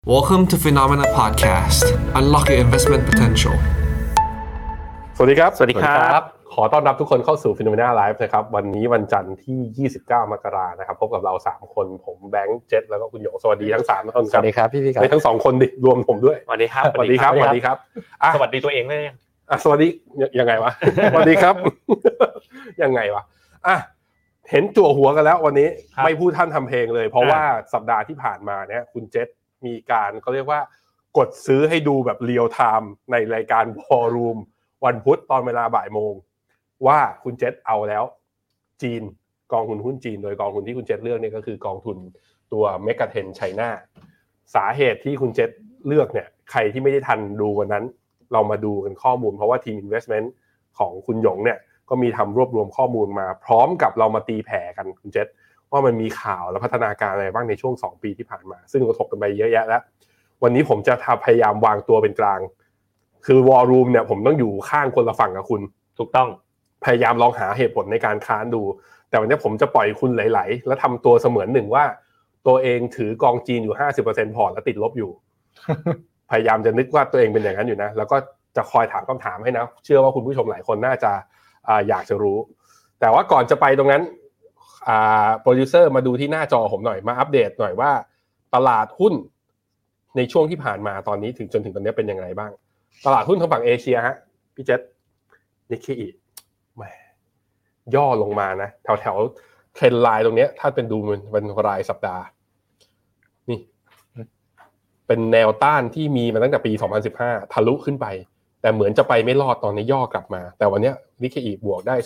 Welcome to Phenomena Podcast. Unlock your investment potential. สวัสดีครับสวัสดีครับขอต้อนรับทุกคนเข้าสู่ Phenomena Live นะครับวันนี้วันจันทร์ที่ 29 มกราคมนะครับพบกับเรา3คนผมแบงค์เจษแล้วก็คุณหยงสวัสดีทั้ง3ท่านสวัสดีครับพี่ครับทั้ง2คนดิรวมผมด้วยสวัสดีครับสวัสดีครับสวัสดีครับอ่ะสวัสดีตัวเองเลยยังสวัสดียังไงวะ สวัสดีครับ ยังไงวะอ่ะเห็นจั่วหัวกันแล้ววันนี้ไม่พูดท่านทำเพลงเลยเพราะว่าสัปดาห์ที่ผ่านมาเนี่ยคุณเจษมีการเขาเรียกว่ากดซื้อให้ดูแบบเรียลไทม์ในรายการ War Room วันพุธตอนเวลาบ่ายโมงว่าคุณเจษเอาแล้วจีนกองทุนหุ้นจีนโดยกองทุนที่คุณเจษเลือกเนี่ยก็คือกองทุนตัวเมกะเทรนด์ไชน่าสาเหตุที่คุณเจษเลือกเนี่ยใครที่ไม่ได้ทันดูวันนั้นเรามาดูกันข้อมูลเพราะว่าทีม investment ของคุณหยงเนี่ยก็มีทำรวบรวมข้อมูลมาพร้อมกับเรามาตีแผ่กันคุณเจษว่ามันมีข่าวและพัฒนาการอะไรบ้างในช่วง2ปีที่ผ่านมาซึ่งเราถกกันไปเยอะแยะแล้ววันนี้ผมจะพยายามวางตัวเป็นกลางคือ War Room เนี่ยผมต้องอยู่ข้างคนละฝั่งกับคุณถูกต้องพยายามลองหาเหตุผลในการค้านดูแต่วันนี้ผมจะปล่อยคุณไหลๆแล้วทำตัวเสมือนหนึ่งว่าตัวเองถือกองจีนอยู่ 50% พอร์ตแล้วติดลบอยู่ พยายามจะนึกว่าตัวเองเป็นอย่างนั้นอยู่นะแล้วก็จะคอยถามคำถามให้นะเชื่อว่าคุณผู้ชมหลายคนน่าจะอยากจะรู้แต่ว่าก่อนจะไปตรงนั้นโปรดิวเซอร์มาดูที่หน้าจอผมหน่อยมาอัปเดตหน่อยว่าตลาดหุ้นในช่วงที่ผ่านมาตอนนี้จนถึงตอนนี้เป็นยังไงบ้างตลาดหุ้นทางฝั่งเอเชียฮะพี่เจษนิกเกอิแหมย่อลงมานะแถวเทรนไลน์ตรงนี้ถ้าเป็นดูเป็นรายสัปดาห์นี่เป็นแนวต้านที่มีมาตั้งแต่ปี2015ทะลุขึ้นไปแต่เหมือนจะไปไม่รอดตอนนี้ย่อกลับมาแต่วันนี้นิกเกอิบวกได้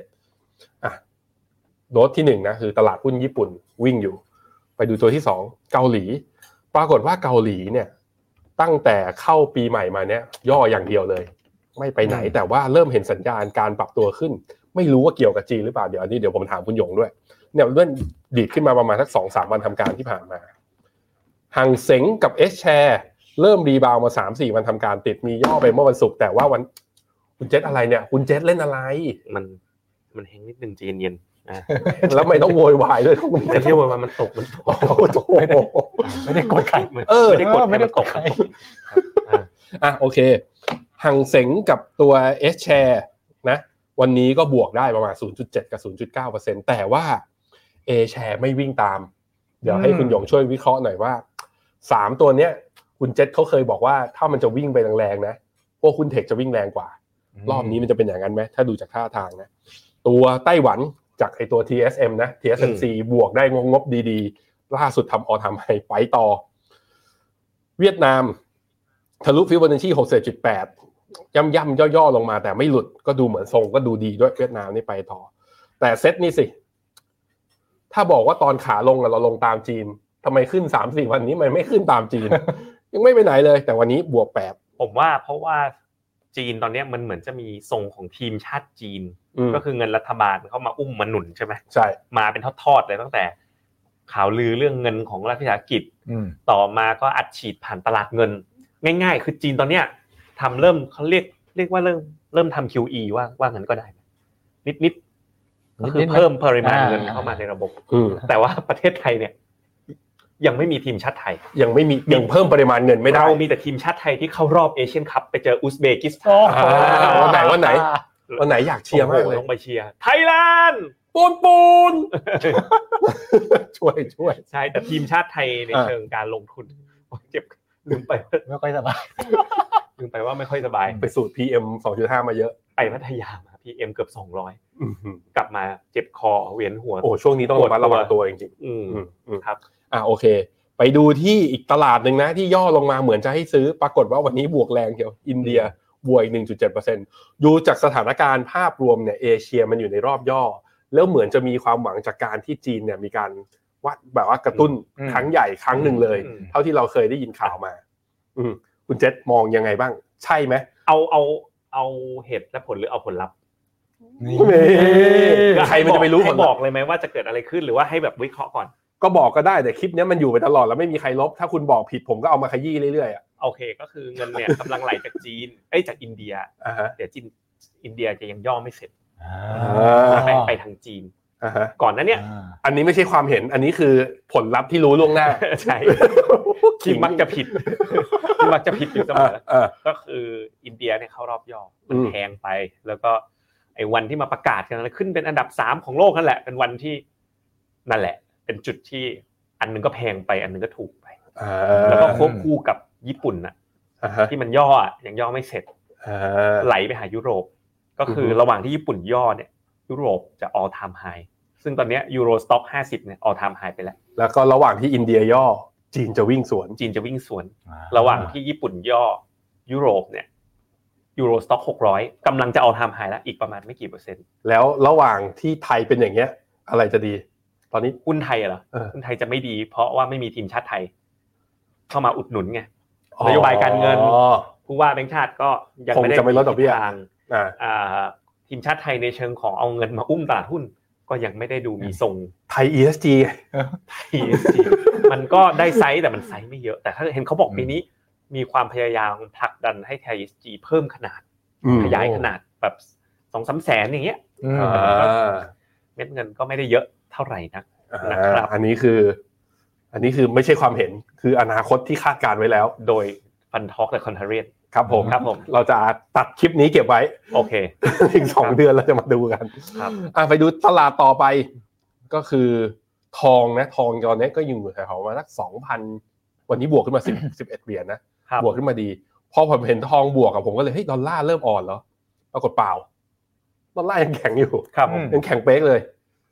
0.7 โน้ตที่1นะคือตลาดหุ้นญี่ปุ่นวิ่งอยู่ไปดูตัวที่2เกาหลีปรากฏว่าเกาหลีเนี่ยตั้งแต่เข้าปีใหม่มาเนี่ยย่ออย่างเดียวเลยไม่ไปไหนแต่ว่าเริ่มเห็นสัญญาณการปรับตัวขึ้นไม่รู้ว่าเกี่ยวกับจีนหรือเปล่าเดี๋ยวผมถามคุณหยงด้วยเนี่ยเลื่อนดีดขึ้นมาประมาณสัก 2-3 วันทำการที่ผ่านมาหังเส็งกับ H-share เริ่มรีบาวมา 3-4 วันทำการติดมีย่อไปเมื่อวันศุกร์แต่ว่าวันคุณเจษอะไรเนี่ยคุณเจษเล่นอะไรมันแฮงนิดนึงใจเย็นแล้วไม่ต้องโวยวายด้วยแต่ที่ว่ามันตกไม่ได้กดใครไม่ได้กดใครโอเคหังเส็งกับตัว H-share นะวันนี้ก็บวกได้ประมาณ 0.7 กับ 0.9% แต่ว่า A-share ไม่วิ่งตามเดี๋ยวให้คุณหยงช่วยวิเคราะห์หน่อยว่า3ตัวเนี้ยคุณเจษเขาเคยบอกว่าถ้ามันจะวิ่งไปแรงๆนะพวกหุ้นเทคจะวิ่งแรงกว่ารอบนี้มันจะเป็นอย่างนั้นไหมถ้าดูจากท่าทางนะตัวไต้หวันจากไอตัว TSM นะ TSMC บวกได้งบดีๆล่าสุดทำออทำให้ไปต่อเวียดนามทะลุฟิโบนัชชี 6.8 ย่ำย่อๆลงมาแต่ไม่หลุดก็ดูเหมือนทรงก็ดูดีด้วยเวียดนามนี่ไปต่อแต่เซตนี่สิถ้าบอกว่าตอนขาลงเราลงตามจีนทำไมขึ้น 3-4 วันนี้มันไม่ขึ้นตามจีน ยังไม่ไปไหนเลยแต่วันนี้บวก8 ผมว่าเพราะว่าจีนตอนนี้มันเหมือนจะมีทรงของทีมชาติจีนก็คือเงินรัฐบาลเข้ามาอุ้มมาหนุนใช่ไหมใช่มาเป็นทอดๆเลยตั้งแต่ข่าวลือเรื่องเงินของรัฐวิสาหกิจต่อมาก็อัดฉีดผ่านตลาดเงินง่ายๆคือจีนตอนเนี้ยทำเริ่มเขาเรียกว่าเริ่มทำ QE ว่างั้นก็ได้นิดก็คือเพิ่มปริมาณเงินเข้ามาในระบบแต่ว่าประเทศไทยเนี่ยยังไม่มีทีมชาติไทยยังไม่มียังเพิ่มปริมาณเงินไม่ได้เรามีแต่ทีมชาติไทยที่เข้ารอบเอเชียนคัพไปเจออุซเบกิสถานวันไหนอยากเชียร์มากเลยลงไปเชียร์ไทยแลนด์ปูนช่วยใช่แต่ทีมชาติไทยในเชิงการลงทุนเจ็บลืมไปไม่ค่อยสบายลืมไปว่าไม่ค่อยสบายไปสูตร PM 2.5 มาเยอะไปพัทยามา PM เกือบ200กลับมาเจ็บคอเวียนหัวโอ้ช่วงนี้ต้องระวังตัวจริงๆครับโอเคไปดูที่อีกตลาดนึงนะที่ย่อลงมาเหมือนจะให้ซื้อปรากฏว่าวันนี้บวกแรงเดียวอินเดียบวก 1.7% ดูจากสถานการณ์ภาพรวมเนี่ยเอเชียมันอยู่ในรอบย่อแล้วเหมือนจะมีความหวังจากการที่จีนเนี่ยมีการวัดแบบว่ากระตุ้นครั้งใหญ่ครั้งหนึ่งเลยเท่าที่เราเคยได้ยินข่าวมาคุณเจษมองยังไงบ้างใช่ไหมเอาเหตุและผลหรือเอาผลลัพธ์ใครมันจะไปรู้ผลบอกเลยไหมว่าจะเกิดอะไรขึ้นหรือว่าให้แบบวิเคราะห์ก่อนก็บอกก็ได้แต่คลิปนี้มันอยู่ไปตลอดแล้วไม่มีใครลบถ้าคุณบอกผิดผมก็เอามาขยี้เรื่อยๆโอเคก็คือเงินเนี่ยกำลังไหลจากจีนจากอินเดียเดี๋ยวอินเดียจะยังย่อไม่เสร็จไปทางจีนก่อนนั้นเนี่ยอันนี้ไม่ใช่ความเห็นอันนี้คือผลลัพธ์ที่รู้ล่วงหน้าใช่ที่มักจะผิดอยู่เสมอก็คืออินเดียเนี่ยเข้ารอบย่อมันแพงไปแล้วก็ไอ้วันที่มาประกาศกันขึ้นเป็นอันดับ3ของโลกนั่นแหละเป็นวันที่นั่นแหละเป็นจุดที่อันนึงก็แพงไปอันนึงก็ถูกไปแล้วก็ควบคู่กับญี่ปุ่นน่ะที่มันย่อยังย่อไม่เสร็จไหลไปหายุโรปก็คือระหว่างที่ญี่ปุ่นย่อเนี่ยยุโรปจะ all time high ซึ่งตอนนี้ยูโรสต็อก50เนี่ย all time high ไปแล้วก็ระหว่างที่อินเดียย่อจีนจะวิ่งสวนระหว่างที่ญี่ปุ่นย่อยุโรปเนี่ยยูโรสต็อก600กำลังจะ all time high แล้วอีกประมาณไม่กี่เปอร์เซ็นต์แล้วระหว่างที่ไทยเป็นอย่างเงี้ยอะไรจะดีตอนนี้หุ้นไทยเหรอหุ้นไทยจะไม่ดีเพราะว่าไม่มีทีมชาติไทยเข้ามาอุดหนุนไงนโยบายการเงินผู้ว่าแบงก์ชาติก็ยังไม่ได้ลดดอกเบี้ยทีมชาติไทยในเชิงของเอาเงินมาอุ้มตลาดหุ้นก็ยังไม่ได้ดูมีทรงไทย ESG มันก็ได้ไซส์แต่มันไซส์ไม่เยอะแต่ถ้าเห็นเขาบอกปีนี้มีความพยายามผลักดันให้ไทย ESG เพิ่มขนาดขยายขนาดแบบ 2-3 แสนอย่างเงี้ยเม็ดเงินก็ไม่ได้เยอะเท่าไหร่นะครับอันนี้คือไม่ใช่ความเห็นคืออนาคตที่คาดการไว้แล้วโดยฟันทอล์กและคอนเทเรียนครับผมเราจะตัดคลิปนี้เก็บไว้โอเคอีก2เดือนเราจะมาดูกันครับไปดูตลาดต่อไปก็คือทองนะทองตอนนี้ก็อยู่แถวๆมาสัก 2,000 วันนี้บวกขึ้นมา11เหรียญนะบวกขึ้นมาดีพอผมเห็นทองบวกกับผมก็เลยเฮ้ยดอลลาร์เริ่มอ่อนแล้วปรากฏเปล่าดอลลาร์ยังแข็งอยู่ยังแข็งเป๊กเลย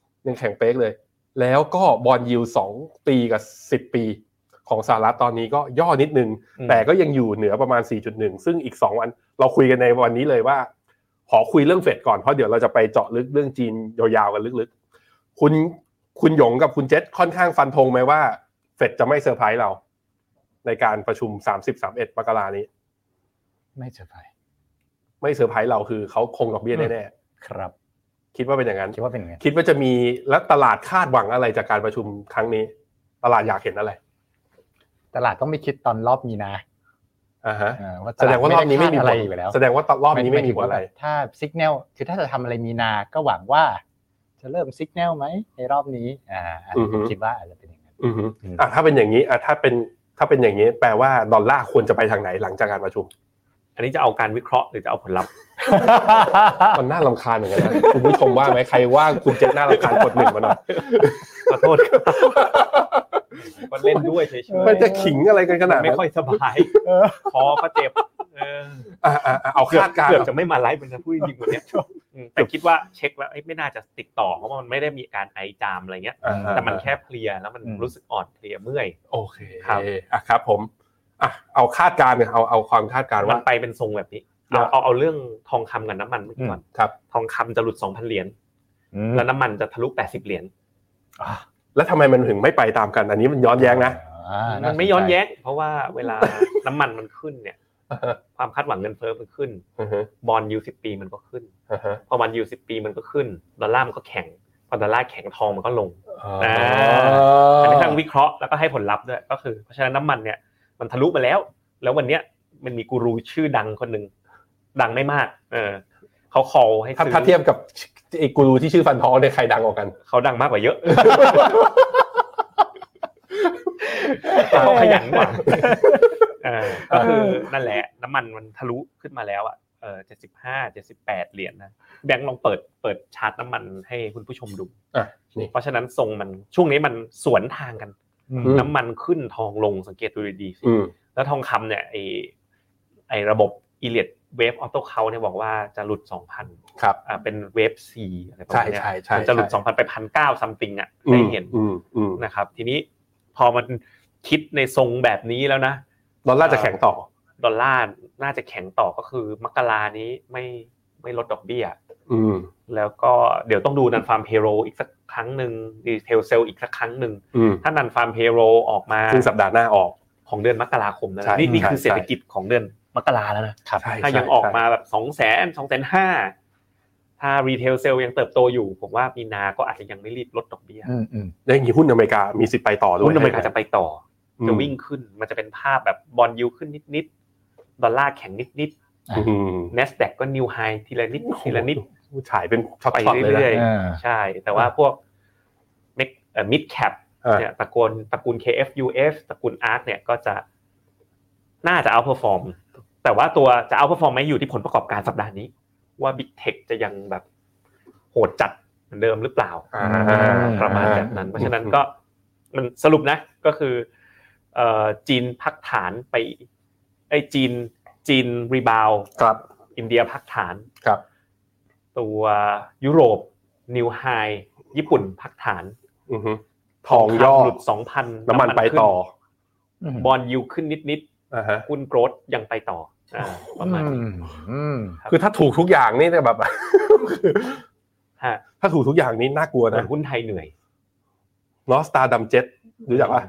แล้วก็บอนด์ยิลด์2 ปีกับ10 ปีของสหรัฐตอนนี้ก็ย่อนิดนึงแต่ก็ยังอยู่เหนือประมาณ 4.1 ซึ่งอีก2วันเราคุยกันในวันนี้เลยว่าขอคุยเรื่องเฟดก่อนเพราะเดี๋ยวเราจะไปเจาะลึกเรื่องจีนยาวๆกันลึกๆคุณหยงกับคุณเจษค่อนข้างฟันธงไหมว่าเฟดจะไม่เซอร์ไพรส์เราในการประชุม30-31 มกราคมนี้ไม่เซอร์ไพรส์เราคือเขาคงดอกเบี้ยแน่ๆครับคิดว่าเป็นอย่างนั้นคิดว่าเป็นไงคิดว่าจะมีและตลาดคาดหวังอะไรจากการประชุมครั้งนี้ตลาดอยากเห็นอะไรตลาดต้องไม่คิดตอนรอบมีนาแสดงว่ารอบนี้ไม่มีอะไรอยู่แล้วแสดงว่ารอบนี้ไม่มีผลอะไรถ้าสัญญาณคือถ้าจะทำอะไรมีนาก็หวังว่าจะเริ่มสัญญาณไหมในรอบนี้คิดว่าอาจจะเป็นอย่างนั้นถ้าเป็นอย่างนี้ถ้าเป็นอย่างนี้แปลว่าดอลลาร์ควรจะไปทางไหนหลังจากการประชุมอันนี้จะเอาการวิเคราะห์หรือจะเอาผลลัพธ์มันน่ารำคาญเหมือนกันนะคุณผู้ชมว่าไหมใครว่าคุณเจษน่ารำคาญกด1มาหน่อยขอโทษก็เล่นด้วยเฉยๆมันจะขิงอะไรกันขนาดนั้นไม่ค่อยสบายคอก็เจ็บเอาคาดการณ์เกือบจะไม่มาไลฟ์เป็นพูดจริงๆวันนี้แต่คิดว่าเช็คแล้วไม่น่าจะติดต่อเพราะว่ามันไม่ได้มีการไอจามอะไรเงี้ยแต่มันแค่เพลียแล้วมันรู้สึกอ่อนเพลียเมื่อยโอเคครับผมเอาคาดการณ์เอาความคาดการณ์ว่าไปเป็นทรงแบบนี้เอาเรื่องทองคำกับน้ำมันก่อนครับทองคำจะหลุด 2,000 เหรียญแล้วน้ำมันจะทะลุ80เหรียญแล้วทำไมมันถึงไม่ไปตามกันอันนี้มันย้อนแย้งนะมันไม่ย้อนแย้งเพราะว่าเวลาน้ำมันมันขึ้นเนี่ยความคาดหวังเงินเฟ้อมันขึ้นบอนด์ยิลด์10 ปีมันก็ขึ้นพอบอนด์ยิลด์10 ปีมันก็ขึ้นดอลลาร์มันก็แข็งพอดอลลาร์แข็งทองมันก็ลงอันนี้ทั้งวิเคราะห์แล้วก็ให้ผลลัพธ์ด้วยก็คือเพราะฉะนั้นน้ำมันเนี่ยมันทะลุมาแล้ววันเนี้ยมันมีกูรูชื่อดังคนนึงดังไม่มากเขาคอลให้ถ้าเทียบกับไอ้กูรูที่ชื่อฟันทองเนี่ยใครดังกว่ากันเขาดังมากกว่าเยอะเขาขยันกว่าก็คือนั่นแหละน้ำมันทะลุขึ้นมาแล้ว75-78เหรียญนะแบงค์ลองเปิดชาร์ตน้ำมันให้คุณผู้ชมดูเพราะฉะนั้นทรงมันช่วงนี้มันสวนทางกันน้ำมันขึ้นทองลงสังเกตดูดีๆสิแล้วทองคำเนี่ยไอ้ระบบ Elliott Wave Auto Count เนี่ยบอกว่าจะหลุด 2,000 ครับเป็น Wave C อะไรประมาณนี้มันจะหลุด 2,000 ไป 1,900 ซัมติงได้เห็นนะครับทีนี้พอมันคิดในทรงแบบนี้แล้วนะดอลลาร์จะแข็งต่อดอลลาร์น่าจะแข็งต่อก็คือมกรานี้ไม่ลดดอกเบี้ยแล้วก็เดี๋ยวต้องดูนันฟาร์มเพโรอีกสักครั้งนึงดีเทลเซลอีกสักครั้งนึงถ้านันฟาร์มเพโรออกมาซึ่งสัปดาห์หน้าออกของเดือนมกราคมนะนี่คือเศรษฐกิจของเดือนมกราแล้วนะถ้ายังออกมาแบบ 200,000 250,000 ถ้ารีเทลเซลยังเติบโตอยู่ผมว่ามีนาก็อาจจะยังไม่รีบลดดอกเบี้ยแล้วอย่างนี้หุ้นอเมริกามีสิทธิ์ไปต่อด้วยหุ้นอเมริกาจะไปต่อจะวิ่งขึ้นมันจะเป็นภาพแบบบอนด์ยิลด์ขึ้นนิดๆดอลลาร์แข็งนิดๆ NASDAQ ก็นิวไฮทีละนิดฉายเป็นช็อตๆเลยนะใช่แต่ว่าพวกmid cap เนี่ยตระกูล KFUF ตระกูล ARK เนี่ยก็จะน่าจะ outperform แต่ว่าตัวจะ outperform มั้ยอยู่ที่ผลประกอบการสัปดาห์นี้ว่า Big Tech จะยังแบบโหดจัดเหมือนเดิมหรือเปล่าประมาณแบบนั้นเพราะฉะนั้นก็มันสรุปนะก็คือจีนพักฐานไปจีนรีบาวครับอินเดียพักฐานครับตัวยุโรปนิวไฮญี่ปุ่นพักฐานทองย่อหลุด 2,000 น้ำมันไปต่อบอนด์ยิลด์ขึ้นนิดๆหุ้นโกรทยังไปต่อประมาณนี้คือถ้าถูกทุกอย่างนี่แบบถ้าถูกทุกอย่างนี้น่ากลัวนะหุ้นไทยเหนื่อยนอสตาร์ดัมเจ็ตรู้จักป่ะ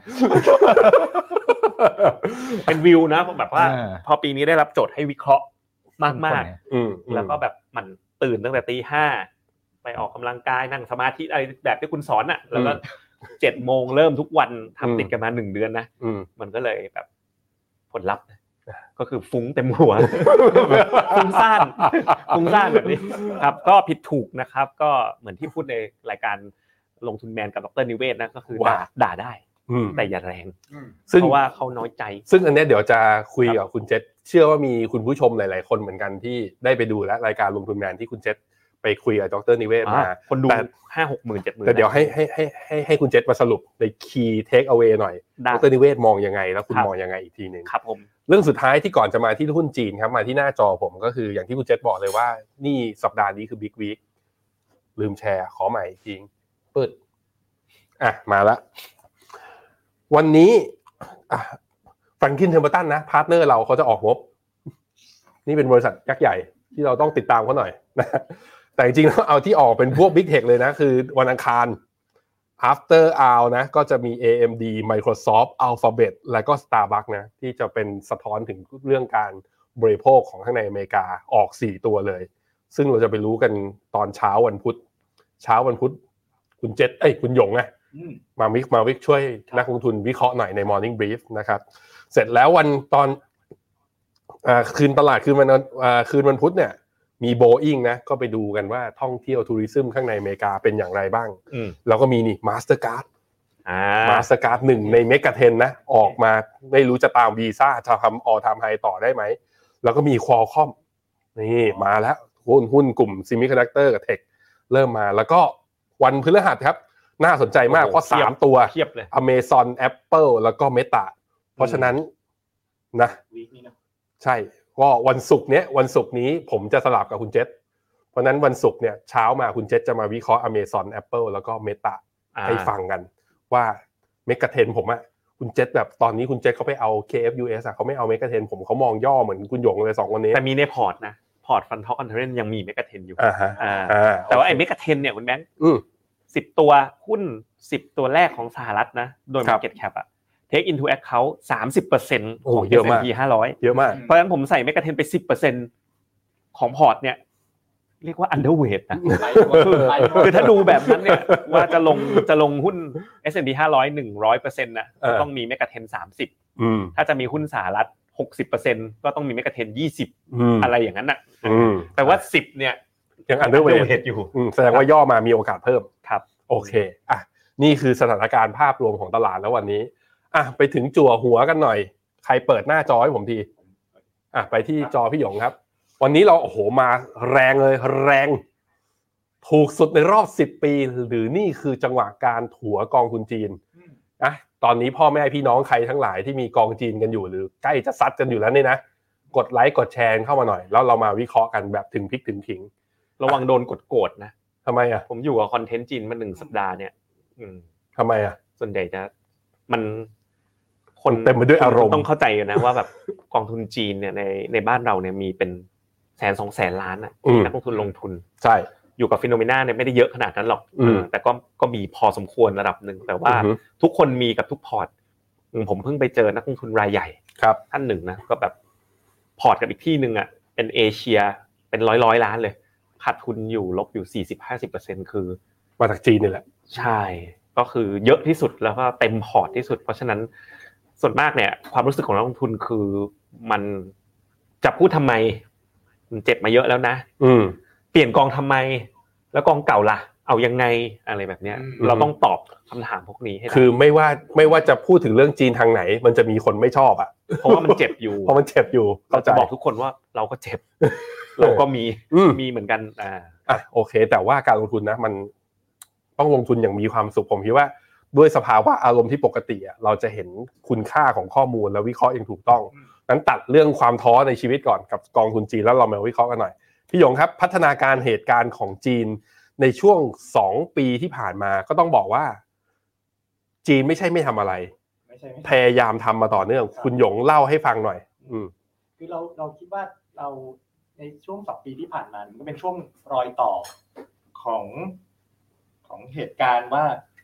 เป็นวิวนะแบบว่าพอปีนี้ได้รับโจทย์ให้วิเคราะห์มากๆแล้วก็แบบมันตื่นตั้งแต่ 5:00 นไปออกกำลังกายนั่งสมาธิอะไรแบบที่คุณสอนน่ะแล้วก็ 7:00 นเริ่มทุกวันทำติดกันมา1เดือนนะมันก็เลยแบบผลลัพธ์ก็คือฟุ้งเต็มหัวฟุ้งซ่านแบบนี้ครับก็ผิดถูกนะครับก็เหมือนที่พูดในรายการลงทุนแมนกับดร.นิเวศนะก็คือด่าได้แต่อย่าแรงเพราะว่าเขาน้อยใจซึ่งอันนี้เดี๋ยวจะคุยกับคุณเจษเชื่อว่ามีคุณผู้ชมหลายๆคนเหมือนกันที่ได้ไปดูแล้วรายการลงทุนแมนที่คุณเจษไปคุยกับดร.นิเวศมาคนดู 5-6 หมื่น 7 หมื่นแต่เดี๋ยวให้คุณเจษมาสรุปใน key take away หน่อยดร.นิเวศมองยังไงแล้วคุณมองยังไงอีกทีนึงครับผมเรื่องสุดท้ายที่ก่อนจะมาที่หุ้นจีนครับมาที่หน้าจอผมก็คืออย่างที่คุณเจษบอกเลยว่านี่สัปดาห์นี้คือ big week ลืมแชร์ขอใหม่อีกทีปึ๊ดมาละวันนี้แฟรงคินเทอร์เบอร์ตันนะพาร์ทเนอร์เราเขาจะออกงบนี่เป็นบริษัทยักษ์ใหญ่ที่เราต้องติดตามเขาหน่อยนะแต่จริงๆแล้วเอาที่ออกเป็นพวก Big Tech เลยนะคือวันอังคาร after hour นะก็จะมี AMD Microsoft Alphabet แล้วก็ Starbucks นะที่จะเป็นสะท้อนถึงเรื่องการบริโภคของข้างในอเมริกาออก4ตัวเลยซึ่งเราจะไปรู้กันตอนเช้าวันพุธคุณเจษคุณหยงมาวิกช่วยนักลงทุนวิเคราะห์หน่อยใน Morning Brief นะครับเสร็จแล้ววันตอนคืนตลาดคืนวันพุธเนี่ยมี Boeing นะก็ไปดูกันว่าท่องเที่ยวทัวริซึมข้างในอเมริกาเป็นอย่างไรบ้างแล้วก็มีนี่ Mastercard 1ในเมกะเทรนด์นะออกมาไม่รู้จะตามวีซ่าจะทำ all time high ต่อได้ไหมแล้วก็มี Qualcomm นี่มาแล้วหุ้นกลุ่ม Semiconductor กับ Tech เริ่มมาแล้วก็วันพฤหัสครับน่าสนใจมากเพราะ3ตัว Amazon Apple แล้วก็ Meta เพราะฉะนั้นนะใช่ก็วันศุกร์นี้ผมจะสลับกับคุณเจษเพราะนั้นวันศุกร์เนี่ยเช้ามาคุณเจษจะมาวิเคราะห์ Amazon Apple แล้วก็ Meta ให้ฟังกันว่าเมกะเทรนด์ผมคุณเจษแบบตอนนี้คุณเจษเขาไปเอา KFUS เขาไม่เอาเมกะเทรนด์ผมเขามองย่อเหมือนคุณหยงเลย2คนนี้แต่มีในพอร์ตนะพอร์ตฟันท็อกคอนเทนต์ยังมีเมกะเทรนด์อยู่แต่ว่าไอ้เมกะเทรนด์เนี่ยคุณแบงค์10ตัวหุ้น10ตัวแรกของสหรัฐนะโดย market cap take into account 30% ของ S&P 500 เยอะมากเพราะฉะนั้นผมใส่เมกะเทรนด์ไป 10% ของพอร์ตเนี่ยเรียกว่า underweight นะคือถ้าดูแบบนั้นเนี่ยว่าจะลงหุ้น S&P 500 100% นะต้องมีเมกะเทรนด์30ถ้าจะมีหุ้นสหรัฐ 60% ก็ต้องมีเมกะเทรนด์20อะไรอย่างนั้นน่ะแต่ว่า10เนี่ยยัง underweight อยู่แสดงว่าย่อมามีโอกาสเพิ่มครับโอเคนี่คือสถานการณ์ภาพรวมของตลาดแล้ววันนี้ไปถึงจั่วหัวกันหน่อยใครเปิดหน้าจอให้ผมทีไปที่จอพี่หยงครับวันนี้เราโอ้โหมาแรงเลยแรงถูกสุดในรอบ10ปีหรือนี่คือจังหวะการถัวกองทุนจีนตอนนี้พ่อแม่พี่น้องใครทั้งหลายที่มีกองจีนกันอยู่หรือใกล้จะซัดกันอยู่แล้วนี่นะกดไลค์กดแชร์เข้ามาหน่อยแล้วเรามาวิเคราะห์กันแบบถึงพริกถึงขิงระวังโดนกดโกรธนะทำไมผมอยู่กับคอนเทนต์จีนมา1สัปดาห์เนี่ยทำไมส่วนใหญ่จะมันคนเต็มไปด้วยอารมณ์ต้องเข้าใจนะว่าแบบกองทุนจีนเนี่ยในบ้านเราเนี่ยมีเป็น100,000-200,000 ล้านนักลงทุนลงทุนใช่อยู่กับฟีโนเมนาเนี่ยไม่ได้เยอะขนาดนั้นหรอกแต่ก็มีพอสมควรระดับนึงแต่ว่าทุกคนมีกับทุกพอร์ตผมเพิ่งไปเจอนักลงทุนรายใหญ่ท่านหนึ่งนะก็แบบพอร์ตกับอีกที่นึงเป็นเอเชียเป็นร้อยล้านเลยขาดทุนอยู่ลบอยู่ 40-50% คือมาจากจีนนี่แหละใช่ก็คือเยอะที่สุดแล้วก็เต็มพอร์ตที่สุดเพราะฉะนั้นส่วนมากเนี่ยความรู้สึกของนักลงทุนคือมันจะพูดทำไมมันเจ็บมาเยอะแล้วนะเปลี่ยนกองทำไมแล้วกองเก่าล่ะเอายังไงอะไรแบบเนี้ยเราต้องตอบคำถามพวกนี้ให้ได้คือไม่ว่าจะพูดถึงเรื่องจีนทางไหนมันจะมีคนไม่ชอบอ่ะเพราะว่ามันเจ็บอยู่เพราะมันเจ็บอยู่เราจะบอกทุกคนว่าเราก็เจ็บเราก็มีเหมือนกันโอเคแต่ว่าการลงทุนนะมันต้องลงทุนอย่างมีความสุขผมคิดว่าด้วยสภาวะอารมณ์ที่ปกติอ่ะเราจะเห็นคุณค่าของข้อมูลและวิเคราะห์อย่างถูกต้องนั้นตัดเรื่องความท้อในชีวิตก่อนกับกองทุนจีนแล้วเรามาวิเคราะห์กันหน่อยพี่หยงครับพัฒนาการเหตุการณ์ของจีนในช่วง2ปีที่ผ่านมาก็ต้องบอกว่าจีนไม่ใช่ไม่ทำอะไรพยายามทำมาต่อเนื่องคุณหยงเล่าให้ฟังหน่อยคือเราคิดว่าเราในช่วง2ปีที่ผ่านมามันก็เป็นช่วงรอยต่อของเหตุการณ์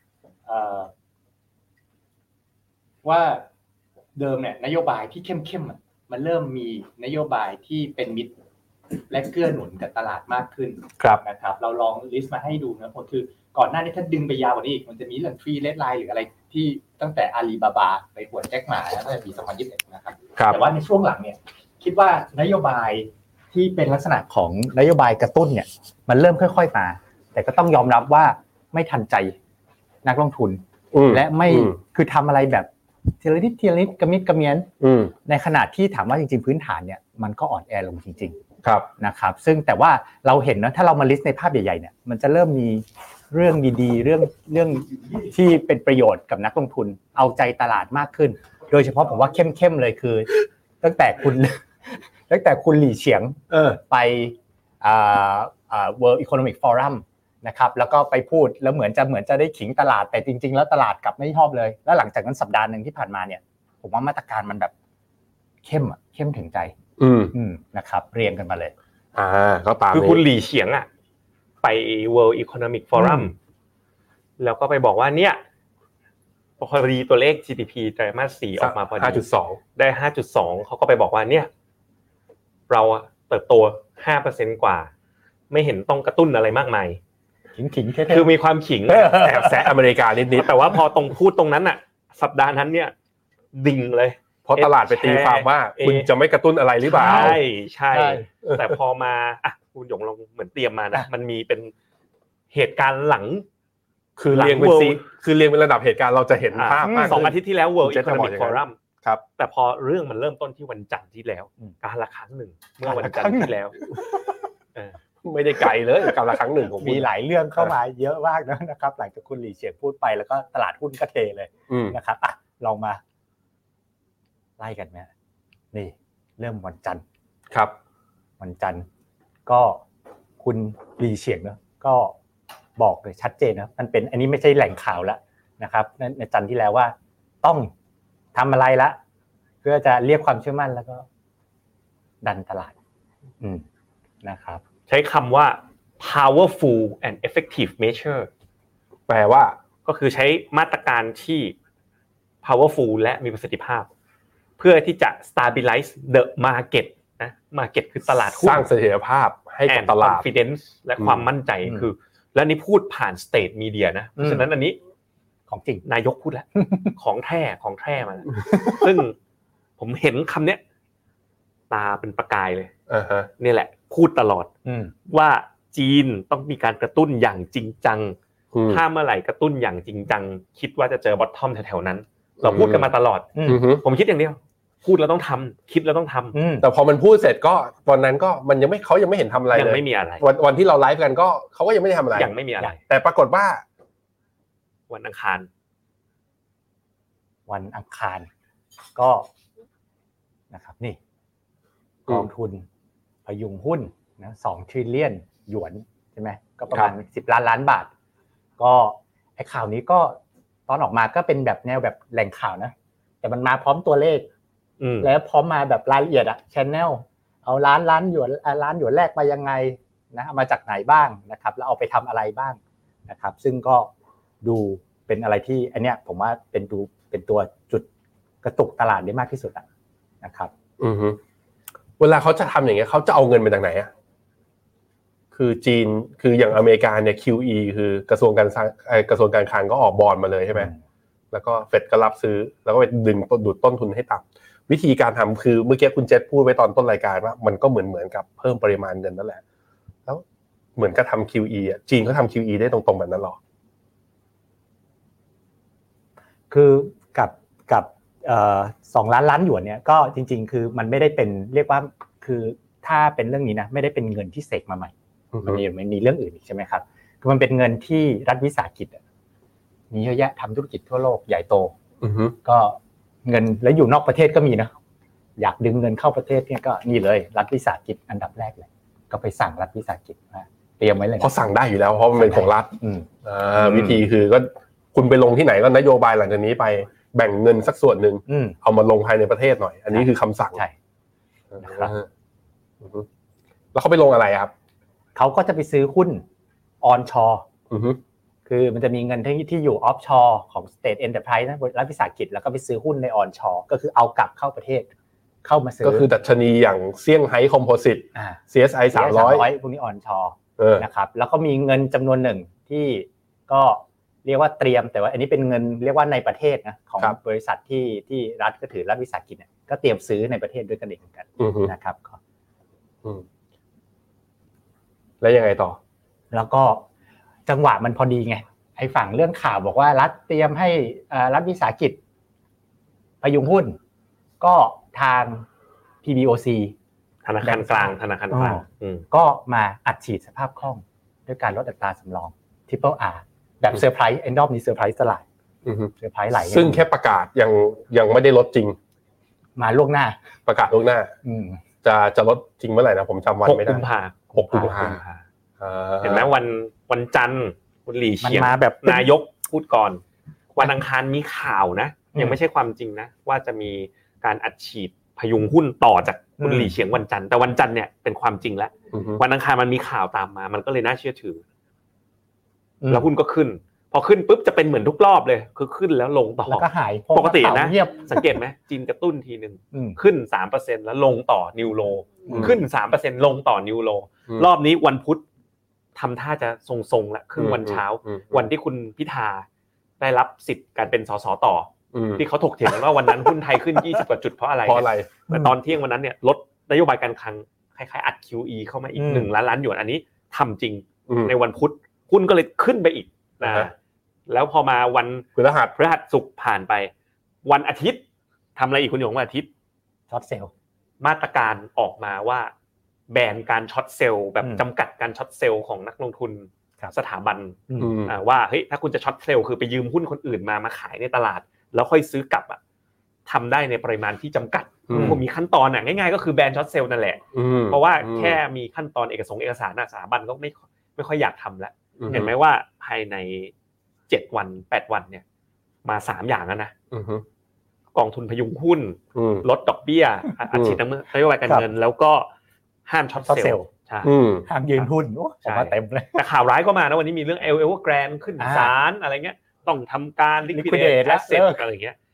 ว่าเดิมเนี่ยนโยบายที่เข้มๆมันเริ่มมีนโยบายที่เป็นมิตรและเกื้อหนุนกับตลาดมากขึ้นนะครับเราลองลิสต์มาให้ดูนะคือก่อนหน้านี้ถ้าดึงไปยาวกว่านี้อีกมันจะมีเรื่อง Free Red Line หรืออะไรที่ตั้งแต่อาลีบาบาไปหวนแจ็คหม่าแล้วก็มี2021นะครับแต่ว่าในช่วงหลังเนี่ยคิดว่านโยบายที่เป็นลักษณะของนโยบายกระตุ้นเนี่ยมันเริ่มค่อยๆมาแต่ก็ต้องยอมรับว่าไม่ทันใจนักลงทุนและไม่คือทำอะไรแบบทีละนิดกระมิดกระเมียนในขณะที่ถามว่าจริงๆพื้นฐานเนี่ยมันก็อ่อนแอลงจริงๆครับนะครับซึ่งแต่ว่าเราเห็นนะถ้าเรามาลิสต์ในภาพใหญ่ๆเนี่ยมันจะเริ่มมีเรื่องดีๆเรื่องที่เป็นประโยชน์กับนักลงทุนเอาใจตลาดมากขึ้นโดยเฉพาะผมว่าเข้มๆเลยคือตั้งแต่คุณหลี่เฉียงไปWorld Economic Forum นะครับแล้วก็ไปพูดแล้วเหมือนจะได้ขิงตลาดแต่จริงๆแล้วตลาดกลับไม่ชอบเลยแล้วหลังจากนั้นสัปดาห์นึงที่ผ่านมาเนี่ยผมว่ามาตรการมันแบบเข้มถึงใจนะครับเรียงกันมาเลยก็ตามคือคุณหลี่เฉียงอ่ะไป World Economic Forum แล้วก็ไปบอกว่าเนี่ยพอดีตัวเลข GDP ไตรมาส4ออกมาพอดี 5.2 ได้ 5.2 เขาก็ไปบอกว่าเนี่ยเราเติบโต 5% กว่าไม่เห็นต้องกระตุ้นอะไรมากมายขิงคือมีความขิงแอบแซะอเมริกานิดๆแต่ว่าพอตรงพูดตรงนั้นน่ะสัปดาห์นั้นเนี่ยดิ่งเลยเพราะตลาดไปตีความว่าคุณจะไม่กระตุ้นอะไรหรือเปล่าใช่แต่พอมาคุณหยงลองเหมือนเตรียมมานะมันมีเป็นเหตุการณ์หลังคือเรียงเป็นระดับเหตุการณ์เราจะเห็นภาพมาก 2 อาทิตย์ที่แล้ว World Economic Forum ครับแต่พอเรื่องมันเริ่มต้นที่วันจันทร์ที่แล้วการละครั้งหนึ่งเมื่อวันจันทร์ที่แล้วไม่ได้ไกลเลยการละครั้งหนึ่งผมมีหลายเรื่องเข้ามาเยอะมากนะครับหลังจากคุณหลี่เฉียงพูดไปแล้วก็ตลาดหุ้นก็เทเลยนะครับลองมาไล่กันไหมนี่เริ่มวันจันทร์ครับวันจันทร์ก็คุณหลี่เฉียงเนาะก็บอกเลยชัดเจนนะมันเป็นอันนี้ไม่ใช่แหล่งข่าวแล้วนะครับในจันทร์ที่แล้วว่าต้องทำอะไรละเพื่อจะเรียกความเชื่อมั่นแล้วก็ดันตลาดนะครับใช้คำว่า powerful and effective measure แปลว่าก็คือใช้มาตรการที่ powerful และมีประสิทธิภาพเพื่อที่จะ stabilize the market นะ market คือตลาดหุ้นสร้างเสถียรภาพให้กับตลาด confidence และความมั่นใจคือและนี่พูดผ่าน state media นะเพราะฉะนั้นอันนี้ของจริงนายกพูดแล้วของแท้มาซึ่งผมเห็นคำเนี้ยตาเป็นประกายเลยนี่แหละพูดตลอดว่าจีนต้องมีการกระตุ้นอย่างจริงจังถ้าเมื่อไหร่กระตุ้นอย่างจริงจังคิดว่าจะเจอบอททอมแถวๆนั้นเราพูดกันมาตลอดผมคิดอย่างเดียวพูดแล้วต้องทำคิดแล้วต้องทำแต่พอมันพูดเสร็จก็วันนั้นก็มันยังไม่เขายังไม่เห็นทำอะไรเลยยังไม่มีอะไรวันที่เราไลฟ์กันก็เขาก็ยังไม่ได้ทำอะไรยังไม่มีอะไรแต่ปรากฏว่าวันอังคารก็นะครับนี่กองทุนพยุงหุ้นนะ2 trillion หยวนใช่ไหมก็ประมาณ10 ล้านบาทก็ไอ้ข่าวนี้ก็ตอนออกมาก็เป็นแบบแนวแบบแหล่งข่าวนะแต่มันมาพร้อมตัวเลขแล้วพร้อมมาแบบรายละเอียดchannel เอาล้านหยวนแรกมายังไงนะเอามาจากไหนบ้างนะครับแล้วเอาไปทำอะไรบ้างนะครับซึ่งก็ดูเป็นอะไรที่อันเนี้ยผมว่าเป็นตัวจุดกระตุกตลาดได้มากที่สุดนะครับเวลาเขาจะทำอย่างเงี้ยเขาจะเอาเงินมาจากไหนอ่ะคือจีนคืออย่างอเมริกาเนี่ย QE คือกระทรวงการคลังก็ออกบอนด์มาเลยใช่ไหมแล้วก็เฟดก็รับซื้อแล้วก็ไปดึงดูดต้นทุนให้ต่ำวิธีการทำคือเมื่อกี้คุณเจษพูดไว้ตอนต้นรายการว่ามันก็เหมือนกับเพิ่มปริมาณเงินนั่นแหละแล้วเหมือนกับทำ QE อ่ะจีนเขาทำ QE ได้ตรงๆแบบนั้นหรอคือกับ2 ล้านหยวนเนี่ยก็จริงๆคือมันไม่ได้เป็นเรียกว่าคือถ้าเป็นเรื่องนี้นะไม่ได้เป็นเงินที่เสกมาใหม่มันมีเรื่องอื่นอีกใช่ไหมครับคือมันเป็นเงินที่รัฐวิสาหกิจมีเยอะแยะทำธุรกิจทั่วโลกใหญ่โตก็เงินแล้วอยู่นอกประเทศก็มีนะอยากดึงเงินเข้าประเทศเนี่ยก็นี่เลยรัฐวิสาหกิจอันดับแรกเลยก็ไปสั่งรัฐวิสาหกิจเตรียมไว้เลยเพราะสั่งได้อยู่แล้วเพราะมันเป็นของรัฐวิธีคือก็คุณไปลงที่ไหนก็นโยบายหลังจากนี้ไปแบ่งเงินสักส่วนหนึ่งเอามาลงภายในประเทศหน่อยอันนี้คือคำสั่งใช่นะครับแล้วเขาไปลงอะไรครับเขาก็จะไปซื้อหุ้นออนชอร์คือมันจะมีเงินที่อยู่ออฟชอร์ของ State Enterprise นะรัฐวิสาหกิจแล้วก็ไปซื้อหุ้นในออนชอร์ก็คือเอากลับเข้าประเทศเข้ามาซื้อก็คือดัชนีอย่างเซี่ยงไฮ้คอมโพสิต CSI 300 พวกนี้ออนชอร์นะครับแล้วก็มีเงินจำนวนหนึ่งที่ก็เรียกว่าเตรียมแต่ว่าอันนี้เป็นเงินเรียกว่าในประเทศนะของบริษัทที่รัฐก็ถือรัฐวิสาหกิจเนี่ยก็เตรียมซื้อในประเทศด้วยกันเองเหมือนกันนะครับแล้วยังไงต่อแล้วก็จังหวะมันพอดีไงไอ้ฝั่งเรื่องข่าวบอกว่ารัฐเตรียมให้รัฐวิสาหกิจพยุงหุ้นก็ทาง PBOC ธนาคารกลางก็มาอัดฉีดสภาพคล่องด้วยการลดอัตราสำรอง Triple R แบบเซอร์ไพรส์รอบนี้เซอร์ไพรส์ตลาดเซอร์ไพรส์ไหลซึ่งแค่ประกาศยังไม่ได้ลดจริงมาล่วงหน้าประกาศล่วงหน้าจะลดจริงเมื่อไหร่นะผมจำวันไม่ได้ 6 กุมภาพันธ์เห็นไหมวันจันทร์คุณหลี่เฉียงนายกพูดก่อนวันอังคารมีข่าวนะยังไม่ใช่ความจริงนะว่าจะมีการอัดฉีดพยุงหุ้นต่อจากคุณหลี่เฉียงวันจันทร์แต่วันจันทร์เนี่ยเป็นความจริงแล้ววันอังคารมันมีข่าวตามมามันก็เลยน่าเชื่อถือแล้วหุ้นก็ขึ้นพอขึ้นปุ๊บจะเป็นเหมือนทุกรอบเลยคือขึ้นแล้วลงต่อแล้วก็หายปกตินะสังเกตไหมจีนกระตุ้นทีนึงขึ้น 3% แล้วลงต่อนิวโลขึ้น 3% ลงต่อนิวโลรอบนี้วันพุธทำท่าจะทรงๆละครึ่งวันเช้าวันที่คุณพิธาได้รับสิทธิ์การเป็นสสต่อที่เขาถกเถียงกันว่าวันนั้นหุ้นไทยขึ้น20กว่าจุดเพราะอะไรแต่ตอนเที่ยงวันนั้นเนี่ยลดนโยบายการคลังคล้ายๆอัด QE เข้ามาอีก1 ล้านหยวนอันนี้ทำจริงในวันพุธหุ้นก็เลยขึ้นไปอีกนะแล้วพอมาวันพฤหัสศุกร์ผ่านไปวันอาทิตย์ทำอะไรอีกคุณหยงวันอาทิตย์ช็อตเซลล์มาตรการออกมาว่าแบนการช็อตเซลล์แบบจำกัดการช็อตเซลล์ของนักลงทุนสถาบันว่าเฮ้ยถ้าคุณจะช็อตเซลล์คือไปยืมหุ้นคนอื่นมาขายในตลาดแล้วค่อยซื้อกลับอ่ะทำได้ในปริมาณที่จำกัดผมมีขั้นตอนง่ายๆก็คือแบนช็อตเซลล์นั่นแหละเพราะว่าแค่มีขั้นตอนเอกสารสถาบันก็ไม่ค่อยอยากทำแล้วเห็นไหมว่าภายใน7 วัน8 วันเนี่ยมา3อย่างแล้วนะกองทุนพยุงหุ้นลดดอกเบี้ยอัดฉีดนโยบายการเงินแล้วก็ห้ามช็อตเซลล์ใช่ห้ามยืนหุ้นผมว่าเต็มเลยแต่ข่าวร้ายก็มานะวันนี้มีเรื่องEvergrandeขึ้นศาลอะไรเงี้ยต้องทำการ liquidate asset อะไรเงี้ย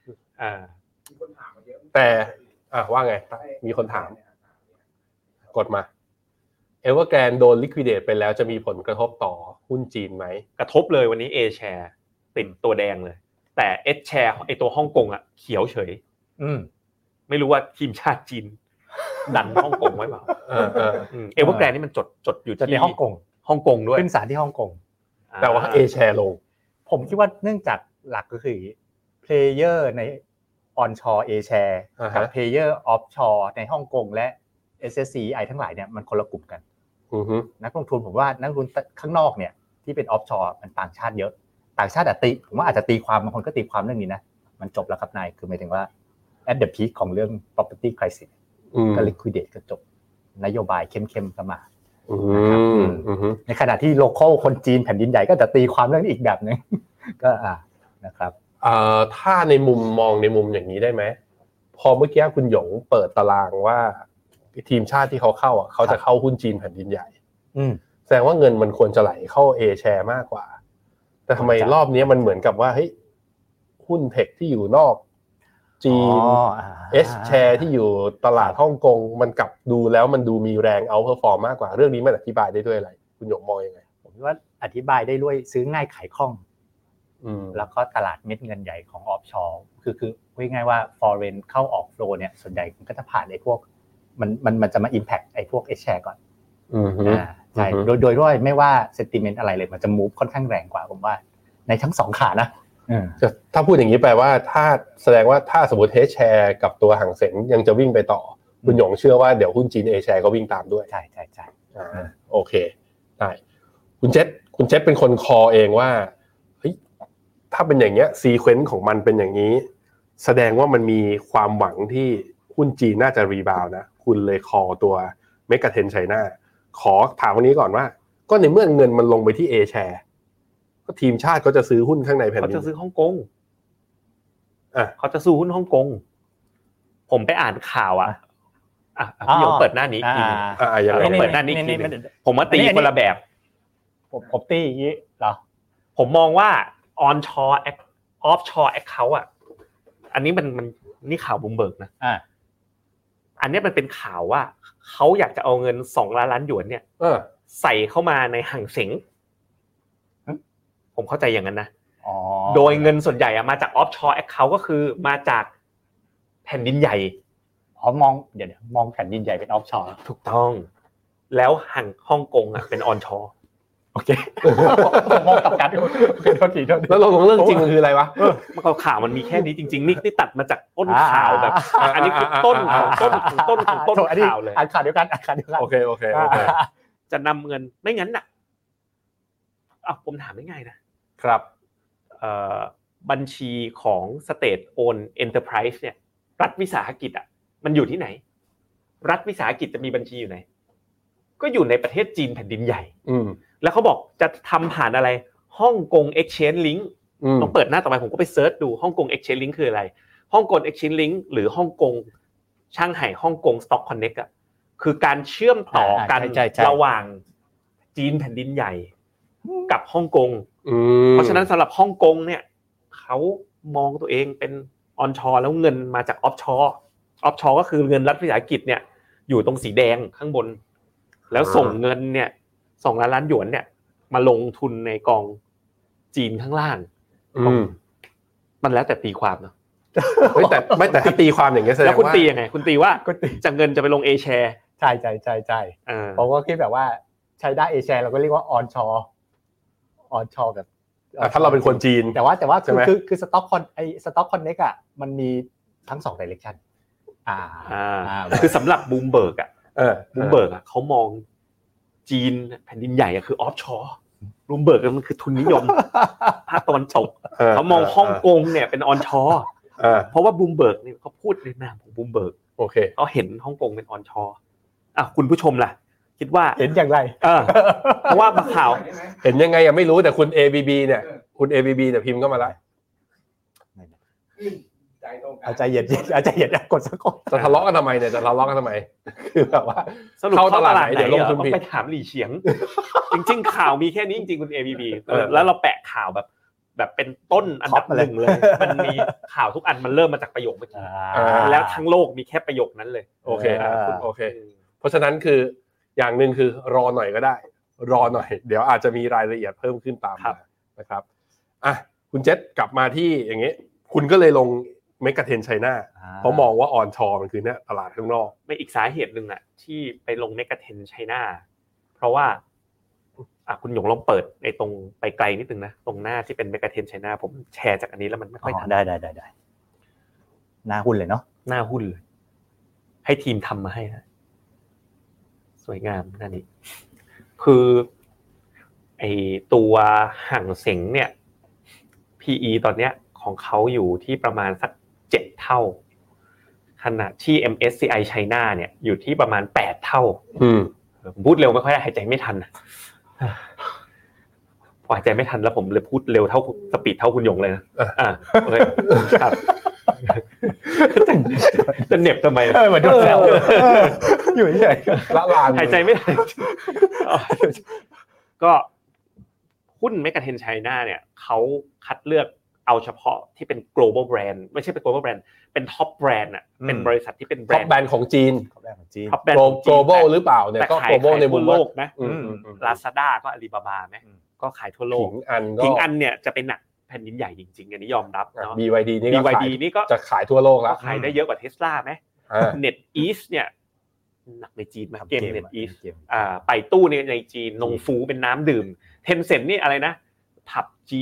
แต่ว่าไงมีคนถามกดมาEvergrande โดน liquidate ไปแล้วจะมีผลกระทบต่อหุ้นจีนไหมกระทบเลยวันนี้ A share ติดตัวแดงเลยแต่ S share ไอตัวฮ่องกงอ่ะเขียวเฉยไม่รู้ว่าทีมชาติจีนดันฮ่องกงไว้เปล่าEvergrande นี่มันจดอยู่ที่ฮ่องกงด้วยขึ้นศาลที่ฮ่องกงแต่ว่า A share ลงผมคิดว่าเนื่องจากหลักก็คือ player ใน onshore A share กับ player offshore ในฮ่องกงและ SSCI ทั้งหลายเนี่ยมันคนละกลุ่มกันนักลงทุนผมว่านักลงทุนข้างนอกเนี่ยที่เป็น offshore มันต่างชาติเยอะต่างชาติผมว่าอาจจะตีความบางคนก็ตีความเรื่องนี้นะมันจบแล้วครับนายคือหมายถึงว่า at the peak ของเรื่อง property crisis ก็ liquidate ก็จบนโยบายเข้มๆก็มานะครับในขณะที่ local คนจีนแผ่นดินใหญ่ก็จะตีความเรื่องอีกแบบนึงก็นะครับถ้าในมุมมองในมุมอย่างนี้ได้ไหมพอเมื่อกี้คุณหยงเปิดตารางว่าทีมชาติที่เขาเข้าเขาจะเข้าหุ้นจีนแผ่นดินใหญ่แสดงว่าเงินมันควรจะไหลเข้า A share มากกว่าแต่ทำไมรอบนี้มันเหมือนกับว่าเฮ้ยหุ้นเทคที่อยู่นอกจีนS share ที่อยู่ตลาดฮ่องกงมันกลับดูแล้วมันดูมีแรง outperform มากกว่าเรื่องนี้มันอธิบายได้ด้วยอะไรคุณหยงมองยังไงผมว่าอธิบายได้ด้วยซื้อง่ายขายคล่องแล้วก็ตลาดเม็ดเงินใหญ่ของ offshore คือพูดง่ายว่า foreign เข้าออก flow เนี่ยส่วนใหญ่มันก็จะผ่านไอ้พวกมันจะมา impact ไอ้พวก S share ก่อนใช่โดยด้วยไม่ว่าเซนติเมนต์อะไรเลยมันจะมูฟค่อนข้างแรงกว่าผมว่าในทั้ง2ขานะถ้าพูดอย่างนี้แปลว่าถ้าแสดงว่าถ้าสมมติเทสแชร์กับตัวหางเส็งยังจะวิ่งไปต่อคุณหยงเชื่อว่าเดี๋ยวหุ้นจีน A share ก็วิ่งตามด้วยใช่โอเคได้คุณเจษเป็นคนคอเองว่าเฮ้ยถ้าเป็นอย่างเงี้ยซีเควนซ์ของมันเป็นอย่างนี้แสดงว่ามันมีความหวังที่หุ้นจีนน่าจะรีบาวนะคุณเลยคอตัวเมกะเทรนด์ไชน่าขอถามวันนี้ก่อนว่าก็ในเมื่อเงินมันลงไปที่ A share ก็ทีมชาติเขาจะซื้อหุ้นข้างในแผ่นดินเขาจะซื้อฮ่องกงเขาจะซื้อหุ้นฮ่องกงผมไปอ่านข่าวพี่ยงเปิดหน้านี้อีกยังเปิดหน้านี้อีกผมว่าตีคนละแบบผมตีอย่างนี้เหรอผมมองว่า onshore offshore account อันนี้มันนี่ข่าวบูมเบิร์กนะอันนี้มันเป็นข่าวว่าเขาอยากจะเอาเงิน2 ล้านหยวนเนี่ยใส่เข้ามาในหางเส็งผมเข้าใจอย่างนั้นนะโดยเงินส่วนใหญ่มาจาก offshore account ก็คือมาจากแผ่นดินใหญ่มองเดี๋ยวมองแผ่นดินใหญ่เป็น offshore ถูกต้องแล้วห่างฮ่องกงเป็น onshore โอเคมองกับกันโทษทีแล้วลงเรื่องจริงคืออะไรวะมันข่าวมันมีแค่นี้จริงๆนี่ตัดมาจากต้นข่าวแบบอันนี้คือต้นของต้นข่าวเลยอ่านข่าวเดียวกันโอเคจะนำเงินไม่งั้นน่ะผมถามง่ายๆนะครับบัญชีของ State Owned Enterprise เนี่ยรัฐวิสาหกิจมันอยู่ที่ไหนรัฐวิสาหกิจจะมีบัญชีอยู่ไหนก็อยู่ในประเทศจีนแผ่นดินใหญ่แล้วเขาบอกจะทำผ่านอะไรฮ่องกง Exchange Link ต้องเปิดหน้าต่อไปผมก็ไปเซิร์ชดูฮ่องกง Exchange Link คืออะไรฮ่องกง Exchange Link หรือฮ่องกงช่างไห่ฮ่องกง Stock Connect คือการเชื่อมต่อกันระหว่างจีนแผ่นดินใหญ่กับฮ่องกงเพราะฉะนั้นสำหรับฮ่องกงเนี่ยเขามองตัวเองเป็น onshore แล้วเงินมาจาก offshore ก็คือเงินรัฐวิสาหกิจเนี่ยอยู่ตรงสีแดงข้างบนแล้วส่งเงินเนี่ย2 ล้านหยวนเนี่ยมาลงทุนในกองจีนข้างล่างมันแล้วแต่ตีความเนาะแต่ถ้าตีความอย่างเงี้ยแสดงว่าแล้วคุณตียังไงคุณตีว่าจากเงินจะไปลง A share ใช่เพราะว่าคิดแบบว่าใช้ได้ A share เราก็เรียกว่า onshore แบบถ้าเราเป็นคนจีนแต่ว่าคือ stock connect มันมีทั้ง2 direction คือสำหรับบูมเบิร์กบูมเบิร์กเขามองจีนแผ่นดินใหญ่คือ offshore บูมเบิร์กมันคือทุนนิยมภาคตะวันตกเขามองฮ่องกงเนี่ยเป็น onshore เพราะว่าบูมเบิร์กเนี่ยเขาพูดในนามของบูมเบิร์กโอเคเขาเห็นฮ่องกงเป็น onshore คุณผู้ชมล่ะคิดว่าเห็นอย่างไรเพราะว่าข่าวเห็นยังไงไม่รู้แต่คุณ ABB เนี่ยคุณ ABB เนี่ยพิมพ์เข้ามาแล้วใจเย็นกดสักคนจะทะเลาะกันทำไมเนี่ยคือแบบว่าเข้าตลาดไหนเดี๋ยวลงทุนไปถามหลี่เฉียงจริงๆข่าวมีแค่นี้จริงๆคุณ ABB แล้วเราแปะข่าวแบบเป็นต้นอันดับ1เลยมันมีข่าวทุกอันมันเริ่มมาจากประโยคเมื่อกี้แล้วทั้งโลกมีแค่ประโยคนั้นเลยโอเคเพราะฉะนั้นคืออย่างนึงคือรอหน่อยก็ได้รอหน่อยเดี๋ยวอาจจะมีรายละเอียดเพิ่มขึ้นตามมานะครับคุณเจษกลับมาที่อย่างงี้คุณก็เลยลงเมกะเทรนด์ไชน่าเพราะมองว่าออนชอร์มันคือเนี่ยตลาดข้างนอกไม่อีกสาเหตุนึงที่ไปลงเมกะเทรนด์ไชน่าเพราะว่าคุณหยงลองเปิดในตรงไปไกลนิดนึงนะตรงหน้าที่เป็นเมกะเทรนด์ไชน่าผมแชร์จากอันนี้แล้วมันไม่ค่อยทันได้หน้าหุ้นเลยเนาะหน้าหุ้นเลยให้ทีมทำมาให้นะสวยงามหน้านี้คือไอตัวห่างเส็งเนี่ย PE ตอนเนี้ยของเขาอยู่ที่ประมาณสัก7 เท่าขณะที่ MSCI China เนี่ยอยู่ที่ประมาณ8 เท่าผมพูดเร็วไม่ค่อยได้หายใจไม่ทันพอหายใจไม่ทันแล้วผมเลยพูดเร็วเท่าสปีดเท่าคุณหยงเลยนะโอเคครับจะเหน็บทำไมเหมือนโดนแซวอยู่เฉยละลานหายใจไม่ทันก็หุ้นเมกะเทรนด์ไชน่าเนี่ยเขาคัดเลือกเอาเฉพาะที่เป็น global brand ไม่ใช่เป็น global brand เป็น top brand เป็นบริษัทที่เป็นแบรนด์ top brand ของจีน top brand global หรือเปล่าเนี่ยก็ global ในมุมโลกนะ Lazada ก็ Alibaba มั้ยก็ขายทั่วโลกทิ้งอันเนี่ยจะเป็นหนักแผ่นดินใหญ่จริงๆอันนี้ยอมรับเนาะ BYD นี่ก็จะขายทั่วโลกแล้วขายได้เยอะกว่า Tesla มั้ย NetEase เนี่ยหนักในจีนมั้ยเกม NetEase ไปตู้ในจีนนงฟูเป็นน้ำดื่ม Tencent นี่อะไรนะ PUBG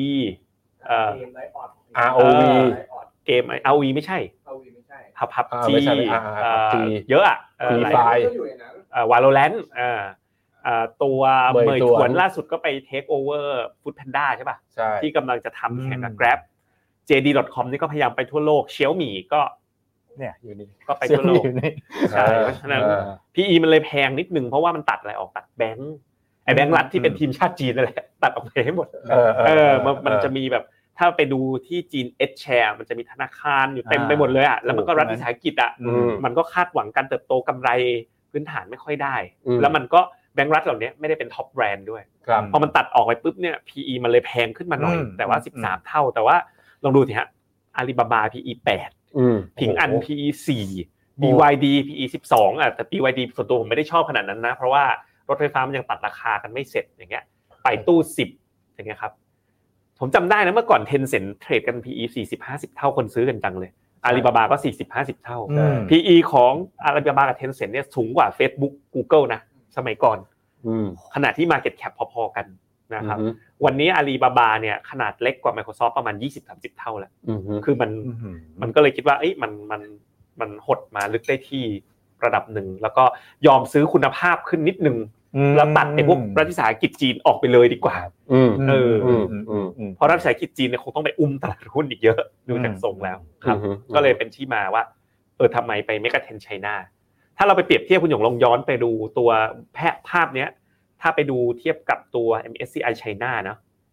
ROV เกม ROV ไม่ใช่ PUBG เยอะอ่ะValorant ตัวเมยถวนล่าสุดก็ไปเทคโอเวอร์ Food Panda ใช่ป่ะที่กำลังจะทำแข่งกับ Grab JD.com นี่ก็พยายามไปทั่วโลก Xiaomi ก็เนี่ยอยู่นี่ก็ไปทั่วโลกใช่เพราะฉะนั้น PE มันเลยแพงนิดนึงเพราะว่ามันตัดอะไรออกตัดแบงค์ไอ้แบงค์รัฐที่เป็นทีมชาติจีนนั่นแหละตัดออกไปให้หมดมันจะมีแบบถ้าไปดูที่จีน H share มันจะมีธนาคารอยู่เต็มไปหมดเลยอ่ะแล้วมันก็รัฐวิสาหกิจอ่ะมันก็คาดหวังการเติบโตกำไรพื้นฐานไม่ค่อยได้แล้วมันก็แบงค์รัฐเหล่านี้ไม่ได้เป็นท็อปแบรนด์ด้วยพอมันตัดออกไปปุ๊บเนี่ย PE มันเลยแพงขึ้นมาหน่อยแต่ว่า13เท่าแต่ว่าลองดูสิฮะอาลีบาบา PE 8ผิงอัน PE 4 BYD PE 12แต่ BYD ส่วนตัวผมไม่ได้ชอบขนาดนั้นนะเพราะว่ารถไฟฟ้ามันยังตัดราคากันไม่เสร็จอย่างเงี้ยไปตู้10อย่างเงี้ยครับผมจำได้นะเมื่อก่อน Tencent เทรดกัน PE 40-50 เท่าคนซื้อกันจังเลยอาลีบาบาก็ 40-50 เท่า PE ของอาลีบาบากับ Tencent เนี่ยสูงกว่า Facebook Google นะสมัยก่อนขณะที่ market cap พอๆกันนะครับวันนี้อาลีบาบาเนี่ยขนาดเล็กกว่า Microsoft ประมาณ 20-30 เท่าแล้วคือมันก็เลยคิดว่าเอ้ยมันหดมาลึกได้ที่ระดับหนึ่งแล้วก็ยอมซื้อคุณภาพขึ้นนิดนึงแล้วตัดไอ้พวกรัฐวิสาหกิจจีนออกไปเลยดีกว่าเพราะรัฐวิสาหกิจจีนเนี่ยคงต้องไปอุ้มตลาดหุ้นอีกเยอะดูจากทรงแล้วครับก็เลยเป็นที่มาว่าทำไมไปเมกะเทรนด์ไชน่าถ้าเราไปเปรียบเทียบคุณหยงลองย้อนไปดูตัวภาพเนี้ยถ้าไปดูเทียบกับตัว MSCI China เนาะ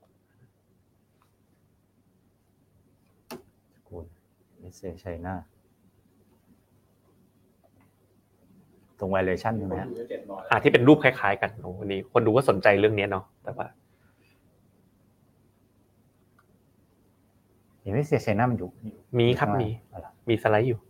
MSCI China ตรง valuation ใช่มั้ยฮะที่เป็นรูปคล้ายๆกันวันนี้คนดูก็สนใจเรื่องนี้เนาะแต่ว่า MSCI China มันอยู่มีครับมีสไลด์อยู่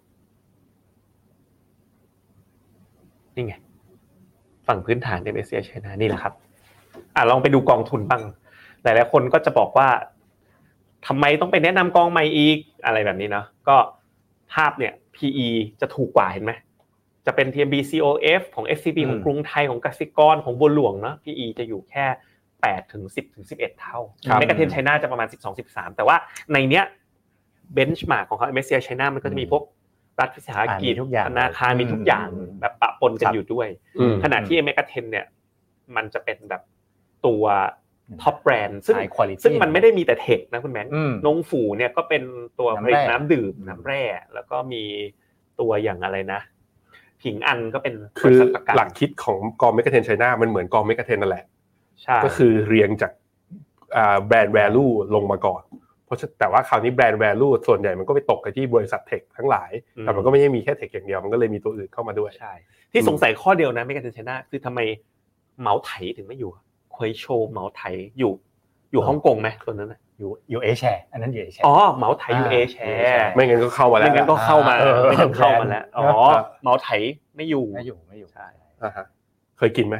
นี่ไงฝั่งพื้นฐาน MSCI China นี่แหละครับลองไปดูกองทุนบ้างหลายๆคนก็จะบอกว่าทำไมต้องไปแนะนำกองใหม่อีกอะไรแบบนี้เนาะก็ภาพเนี่ย PE จะถูกกว่าเห็นไหมจะเป็น TMB COF ของ SCB ของกรุงไทยของกสิกรของบัวหลวงเนาะ PE จะอยู่แค่8ถึง10ถึง11เท่าเมกะเทรนด์ไชน่าจะประมาณ12-13แต่ว่าในเนี้ยเบนช์มาร์กของเขา MSCI China มันก็จะมีพวกรัฐวิสาหกิจธนาคารมีทุกอย่างแบบปะปนกันอยู่ด้วยขณะที่เมกะเทรนด์เนี่ยมันจะเป็นแบบตัวท็อปแบรนด์ซึ่งมันไม่ได้มีแต่เทคนะคุณแบงค์นงฝูเนี่ยก็เป็นตัวผลิตน้ำดื่มน้ำแร่แล้วก็มีตัวอย่างอะไรนะผิงอันก็เป็นคือหลักคิดของกองเมกะเทรนด์ไชน่ามันเหมือนกองเมกะเทรนด์นั่นแหละก็คือเรียงจากแบรนด์แวลูลงมาก่อนเพราะแต่ว่าคราวนี้แบรนด์แวลูส่วนใหญ่มันก็ไปตกกันที่บริษัทเทคทั้งหลายแต่มันก็ไม่ใช่มีแค่เทคอย่างเดียวมันก็เลยมีตัวอื่นเข้ามาด้วยใช่ที่สงสัยข้อเดียวนะเมกะเทรนด์ไชน่าคือทำไมเหมาไถถึงไม่อยู่ควยโชว์เหมาไถอยู่ฮ่องกงมั้ยตัวนั้นน่ะอยู่ A share อันนั้นอยู่ A share เหมาไถอยู่ A share ไม่งั้นก็เข้ามาแล้วไม่งั้นก็เข้ามาไม่ทันเข้ามาแล้วเหมาไถไม่อยู่ใช่เคยกินมั้ย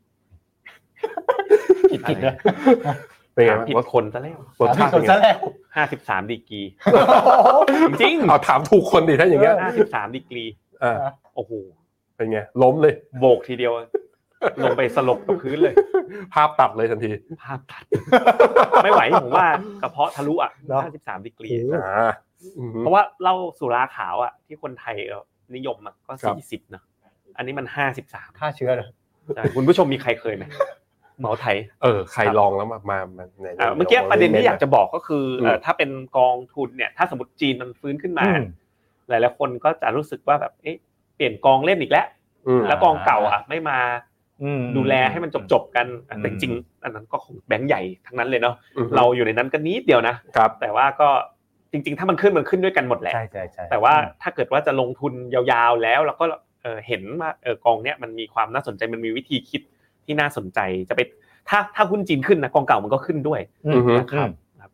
กินด้วยเป็นไงผิดคนซะแล้วรสชาติเป็นไง 53ดีกรีจริงถามถูกคนดิถ้าอย่างเงี้ย 53ดีกรีโอ้โหเป็นไงล้มเลยโบกทีเดียวลงไปสลบกับพื้นเลยภาพตัดเลยทันทีภาพตัดไม่ไหวผมว่ากระเพาะทะลุ53ดีกรีเพราะว่าเหล้าสุราขาวที่คนไทยนิยมก็40นะอันนี้มัน53 ฆ่าเชื้อเหรอคุณผู้ชมมีใครเคยมั้ยเหมาไทยใครลองแล้วมาเมื่อกี้ประเด็นที่อยากจะบอกก็คือถ้าเป็นกองทุนเนี่ยถ้าสมมุติจีนมันฟื้นขึ้นมาหลายๆคนก็จะรู้สึกว่าแบบเปลี่ยนกองเล่นอีกแล้วแล้วกองเก่าไม่มาดูแลให้มันจบๆกันแต่จริงอันนั้นก็ของแบงค์ใหญ่ทั้งนั้นเลยเนาะเราอยู่ในนั้นก็นิดเดียวนะแต่ว่าก็จริงๆถ้ามันขึ้นด้วยกันหมดแหละแต่ว่าถ้าเกิดว่าจะลงทุนยาวๆแล้วเราก็เห็นว่ากองเนี้ยมันมีความน่าสนใจมันมีวิธีคิดที่น่าสนใจจะไปถ้าหุ้นจีนขึ้นนะกองเก่ามันก็ขึ้นด้วยนะครับ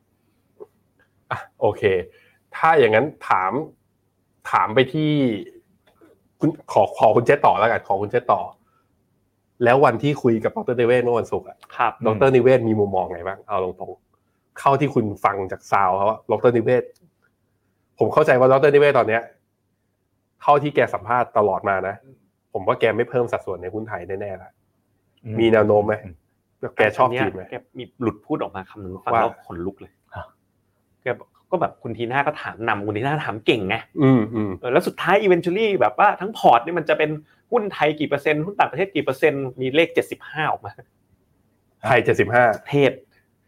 โอเคถ้าอย่างนั้นถามไปที่คุณขอคุณเจต่อแล้วกันขอคุณเจต่อแล้ววันที่คุยกับดร.นิเวศเมื่อวันศุกร์ดร.นิเวศมีมุมมองไงบ้างเอาตรงๆเข้าที่คุณฟังจากซาวเขาว่าดร.นิเวศผมเข้าใจว่าดร.นิเวศตอนเนี้ยเท่าที่แกสัมภาษณ์ตลอดมานะผมว่าแกไม่เพิ่มสัดส่วนในหุ้นไทยแน่ๆละมีแนวโน้มไหมแกชอบจีนไหมแกมีหลุดพูดออกมาคำหนึ่งฟังแล้วขนลุกเลยแกก็แบบคุณทีน่าก็ถามนำคุณทีน่าถามเก่งไงแล้วสุดท้าย eventually แบบว่าทั้งพอร์ตนี่มันจะเป็นหุ้นไทยกี่เปอร์เซ็นต์หุ้นต่างประเทศกี่เปอร์เซ็นต์มีเลข75ออกมาไทย75 เทศ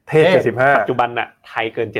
75 ปัจจุบันน่ะไทยเกิน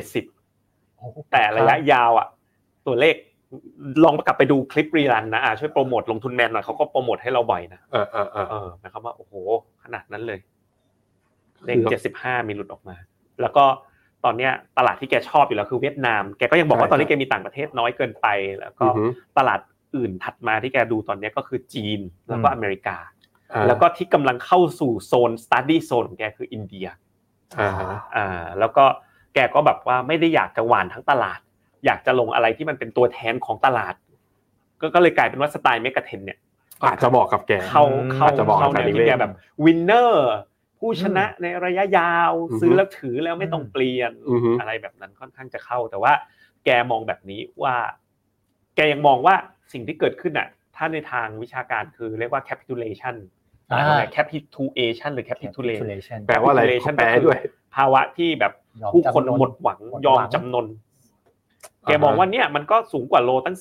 70แต่ระยะยาวอ่ะตัวเลขลองกลับไปดูคลิปรีรันนะช่วยโปรโมทลงทุนแมนหน่อยเขาก็โปรโมทให้เราบ่อยนะนะครับว่าโอ้โหขนาดนั้นเลยเลข75มีหลุดออกมาแล้วก็ตอนเนี้ยตลาดที่แกชอบอยู่แล้วคือเวียดนามแกก็ยังบอกว่าตอนนี้แกมีต่างประเทศน้อยเกินไปแล้วก็ตลาดอื่นถัดมาที่แกดูตอนนี้ก็คือจีนแล้วก็อเมริกาแล้วก็ที่กำลังเข้าสู่โซน study zone ของแกคืออินเดียแล้วก็แกก็แบบว่าไม่ได้อยากจะหว่านทั้งตลาดอยากจะลงอะไรที่มันเป็นตัวแทนของตลาดก็เลยกลายเป็นว่าสไตล์เมกะเทรนด์เนี่ยอาจจะบอกกับแกเข้าในที่แกแบบวินเนอร์ผู้ชนะในระยะยาวซื้อแล้วถือแล้วไม่ต้องเปลี่ยนอะไรแบบนั้นค่อนข้างจะเข้าแต่ว่าแกมองแบบนี้ว่าแกยังมองว่าสิ่งที่เกิดขึ้นน่ะถ้าในทางวิชาการคือเรียกว่า capitulation capitulation หรือ capitulation แปลว่าอะไรแปลด้วยภาวะที่แบบผู้คนหมดหวังยอมจำนนแกมองว่าเนี่ยมันก็สูงกว่าโลตั้ง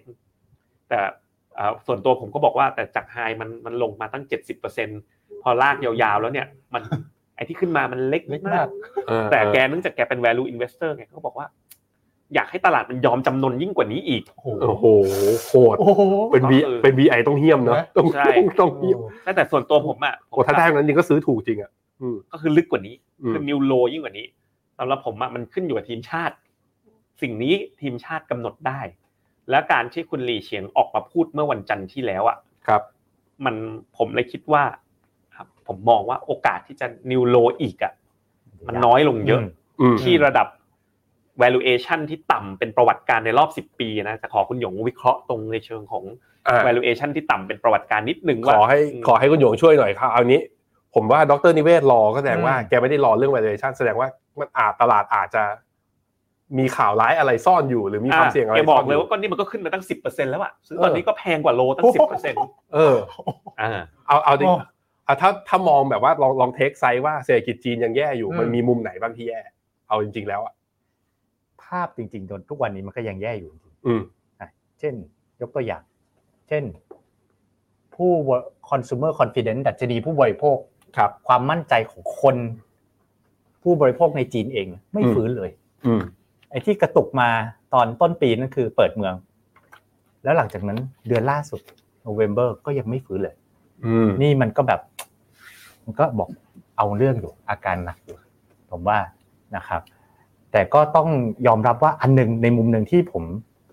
10% แต่ส่วนตัวผมก็บอกว่าแต่จากไฮมันลงมาตั้ง 70% พอลากยาวๆแล้วเนี่ยมันไอ้ที่ขึ้นมามันเล็กมากแต่แกเนื่องจากแกเป็น value investor ไงเขาบอกว่าอยากให้ตลาดมันยอมจำนนยิ่งกว่านี้อีกโอ้โหโหดเป็น VI ต้องเหี้ยมเนาะต้องเหี้ยมแต่ส่วนตัวผมอ่ะถ้าได้นั้นจริงก็ซื้อถูกจริงอ่ะก็คือลึกกว่านี้คือ new low ยิ่งกว่านี้สำหรับผมอ่ะมันขึ้นอยู่กับทีมชาติสิ่งนี้ทีมชาติกำหนดได้และการที่คุณหลี่เฉียงออกมาพูดเมื่อวันจันทร์ที่แล้วอ่ะครับมันผมเลยคิดว่าครับผมมองว่าโอกาสที่จะ new low อีกอ่ะมันน้อยลงเยอะที่ระดับvaluation ที่ต่ำเป็นประวัติการในรอบ10ปีนะจะขอคุณหยงวิเคราะห์ตรงในเชิงของ valuation ที่ต่ำเป็นประวัติการนิดนึงว่าขอให้คุณหยงช่วยหน่อยครับเอานี้ผมว่าดร.นิเวศรอก็แสดงว่าแกไม่ได้รอเรื่อง valuation แสดงว่ามันตลาดอาจจะมีข่าวร้ายอะไรซ่อนอยู่หรือมีความเสี่ยงอะไรแกบอกเลยว่าก้อนนี้มันก็ขึ้นมาตั้ง 10% แล้วอ่ะซึ่งตอนนี้ก็แพงกว่าโลตั้ง 10% เอาดิถ้ามองแบบว่าลองเทคไซส์ว่าเศรษฐกิจจีนยังแย่อยู่มันมีมุมไหนบ้างที่แย่เอาจริงๆแล้วอ่ะภาพจริงๆจนทุกวันนี้มันก็ยังแย่อยู่จริงเช่นยกตัวอย่างเช่นผู้ consumer confidence ดัชนีผู้บริโภคความมั่นใจของคนผู้บริโภคในจีนเองไม่ฟื้นเลยไอ้ที่กระตุกมาตอนต้นปีนั่นคือเปิดเมืองแล้วหลังจากนั้นเดือนล่าสุด November ก็ยังไม่ฟื้นเลยนี่มันก็แบบมันก็บอกเอาเรื่องอยู่อาการหนักอยู่ผมว่านะครับแต่ก็ต้องยอมรับว่าอันนึงในมุมนึงที่ผม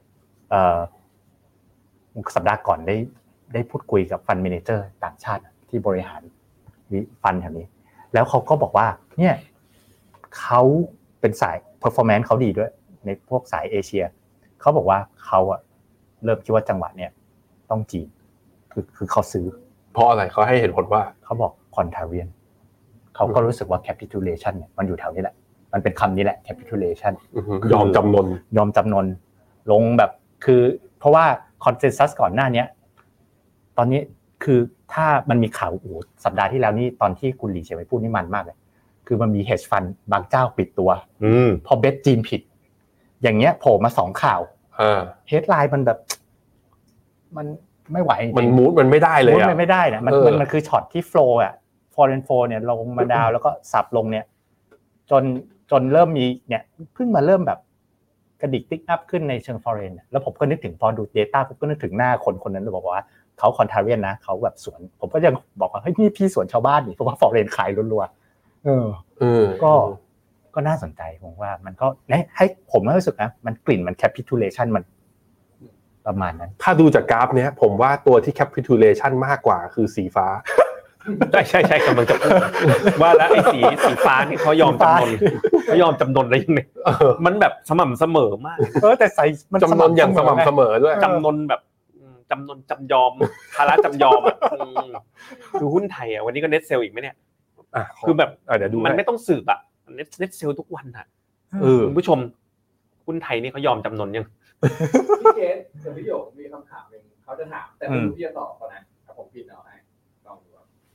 สัปดาห์ก่อนได้พูดคุยกับฟันเมเนเจอร์ต่างชาติที่บริหารฟันแถวนี้แล้วเขาก็บอกว่าเนี่ยเขาเป็นสาย performance เขาดีด้วยในพวกสายเอเชียเขาบอกว่าเขาอะเริ่มคิดว่าจังหวะเนี่ยต้องจีนคือเขาซื้อเพราะอะไรเขาให้เหตุผลว่าเขาบอก contrarian เขาก็รู้สึกว่า capitulation เนี่ยมันอยู่แถวนี้แหละมันเป็นคำนี้แหละ capitulation ยอมจำนนลงแบบคือเพราะว่า consensus ก่อนหน้านี้ตอนนี้คือถ้ามันมีข่าวสัปดาห์ที่แล้วนี่ตอนที่คุณหลี่เฉียงไปพูดนี่มันมากเลยคือมันมี hedge fund บางเจ้าปิดตัวพอเบสจีนผิดอย่างเงี้ยโผล่มา2ข่าวheadline มันแบบมันไม่ไหวมันมูดมันไม่ได้เลยอ่ะมันไม่ได้นะมันคือช็อตที่ flow อ่ะ foreign flow เนี่ยลงมาดาวแล้วก็สับลงเนี่ยจนเริ่มมีเนี่ยเพิ่งมาเริ่มแบบกระดิกติ๊กอัพขึ้นในเชิง foreign แล้วผมก็นึกถึงพอดู data ผมก็นึกถึงหน้าคนนั้นเลยบอกว่าเขา contrarian นะเขาแบบสวนผมก็ยังบอกว่าเฮ้ยพี่สวนชาวบ้านนี่เพราะว่า foreign ขายรัวๆก็น่าสนใจผมว่ามันก็ให้ผมรู้สึกนะมันกลิ่นมัน capitulation มันประมาณนั้นถ้าดูจากกราฟเนี้ยผมว่าตัวที่ capitulation มากกว่าคือสีฟ้าใช่กำลังจะพูดว่าแล้วไอ้สีฟ้านี่เขายอมจำนนได้ยังไงมันแบบสม่ำเสมอมากแต่ใส่มันจำนนอย่างสม่ำเสมอด้วยจำนนแบบจำนนจำยอมภาระจำยอมอ่ะคือหุ้นไทยอ่ะวันนี้ก็ net sell อีกมั้ยเนี่ยคือแบบมันไม่ต้องสืบอ่ะ net sell ทุกวันอ่ะคุณผู้ชมหุ้นไทยนี่เขายอมจำนนยังพี่เกศกับพี่หยกมีคำถามนึงเขาจะถามแต่ไม่รู้พี่จะตอบก่อนนะผมพี่เอาให้ลองดู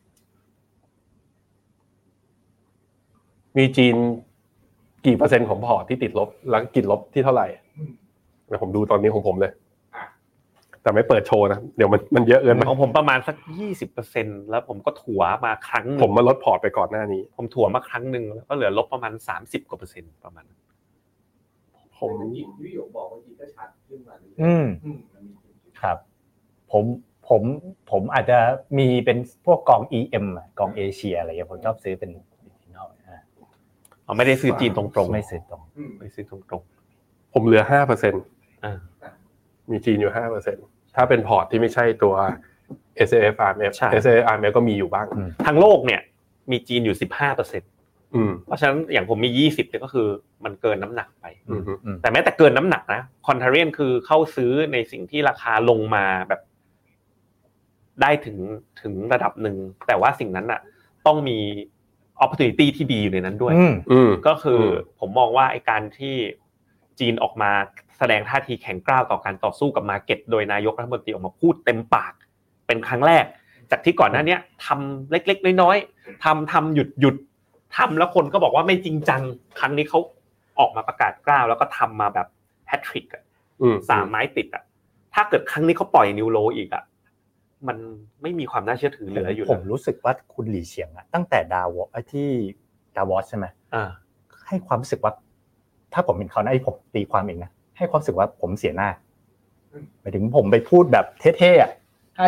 มีจีนกี่เปอร์เซ็นต์ของพอร์ตที่ติดลบแล้วติดลบที่เท่าไหร่เดี๋ยวผมดูตอนนี้ของผมเลยแต่ไม่เปิดโชว์นะเดี๋ยวมันเยอะเกินของผมประมาณสัก 20% แล้วผมก็ถัวมาครั้งนึงผมมาลดพอร์ตไปก่อนหน้านี้ผมถัวมาครั้งนึงแล้วก็เหลือลบประมาณ30กว่าเปอร์เซ็นต์ประมาณผมที่พี่หยกบอกเมื่อกี้ก็ชัดขึ้นมาครับผมอาจจะมีเป็นพวกกอง EM กองเอเชียอะไรอย่างเงี้ยผมชอบซื้อเป็นออริจินัลไม่ได้ซื้อจีนตรงๆไม่ซื้อตรงผมเหลือ 5% มีจีนอยู่ 5% ถ้าเป็นพอร์ตที่ไม่ใช่ตัว SAF RMF SAF RMF ก็มีอยู่บ้างทั้งโลกเนี่ยมีจีนอยู่ 15%เพราะฉะนั้นอย่างผมมี20เนี่ยก็คือมันเกินน้ำหนักไปแต่แม้แต่เกินน้ำหนักนะคอนเทเรียนคือเข้าซื้อในสิ่งที่ราคาลงมาแบบได้ถึงระดับหนึ่งแต่ว่าสิ่งนั้นน่ะต้องมี opportunity ที่ดีอยู่ในนั้นด้วยก็คือผมมองว่าไอ้การที่จีนออกมาแสดงท่าทีแข็งกร้าวต่อการต่อสู้กับมาร์เก็ตโดยนายกรัฐมนตรีออกมาพูดเต็มปากเป็นครั้งแรกจากที่ก่อนหน้านี้ทำเล็กๆน้อยๆทำหยุดทำแล้วคนก็บอกว่าไม่จริงจังครั้งนี้เขาออกมาประกาศกล้าวแล้วก็ทำมาแบบแฮตทริก3 ไม้ติดถ้าเกิดครั้งนี้เขาปล่อยนิวโลอีกมันไม่มีความน่าเชื่อถือเหลืออยู่ผมรู้สึกว่าคุณหลี่เฉียงตั้งแต่ดาวอสใช่ไหมให้ความรู้สึกว่าถ้าผมเป็นเขานะผมตีความเองนะให้ความรู้สึกว่าผมเสียหน้าหมายถึงผมไปพูดแบบเท่ๆ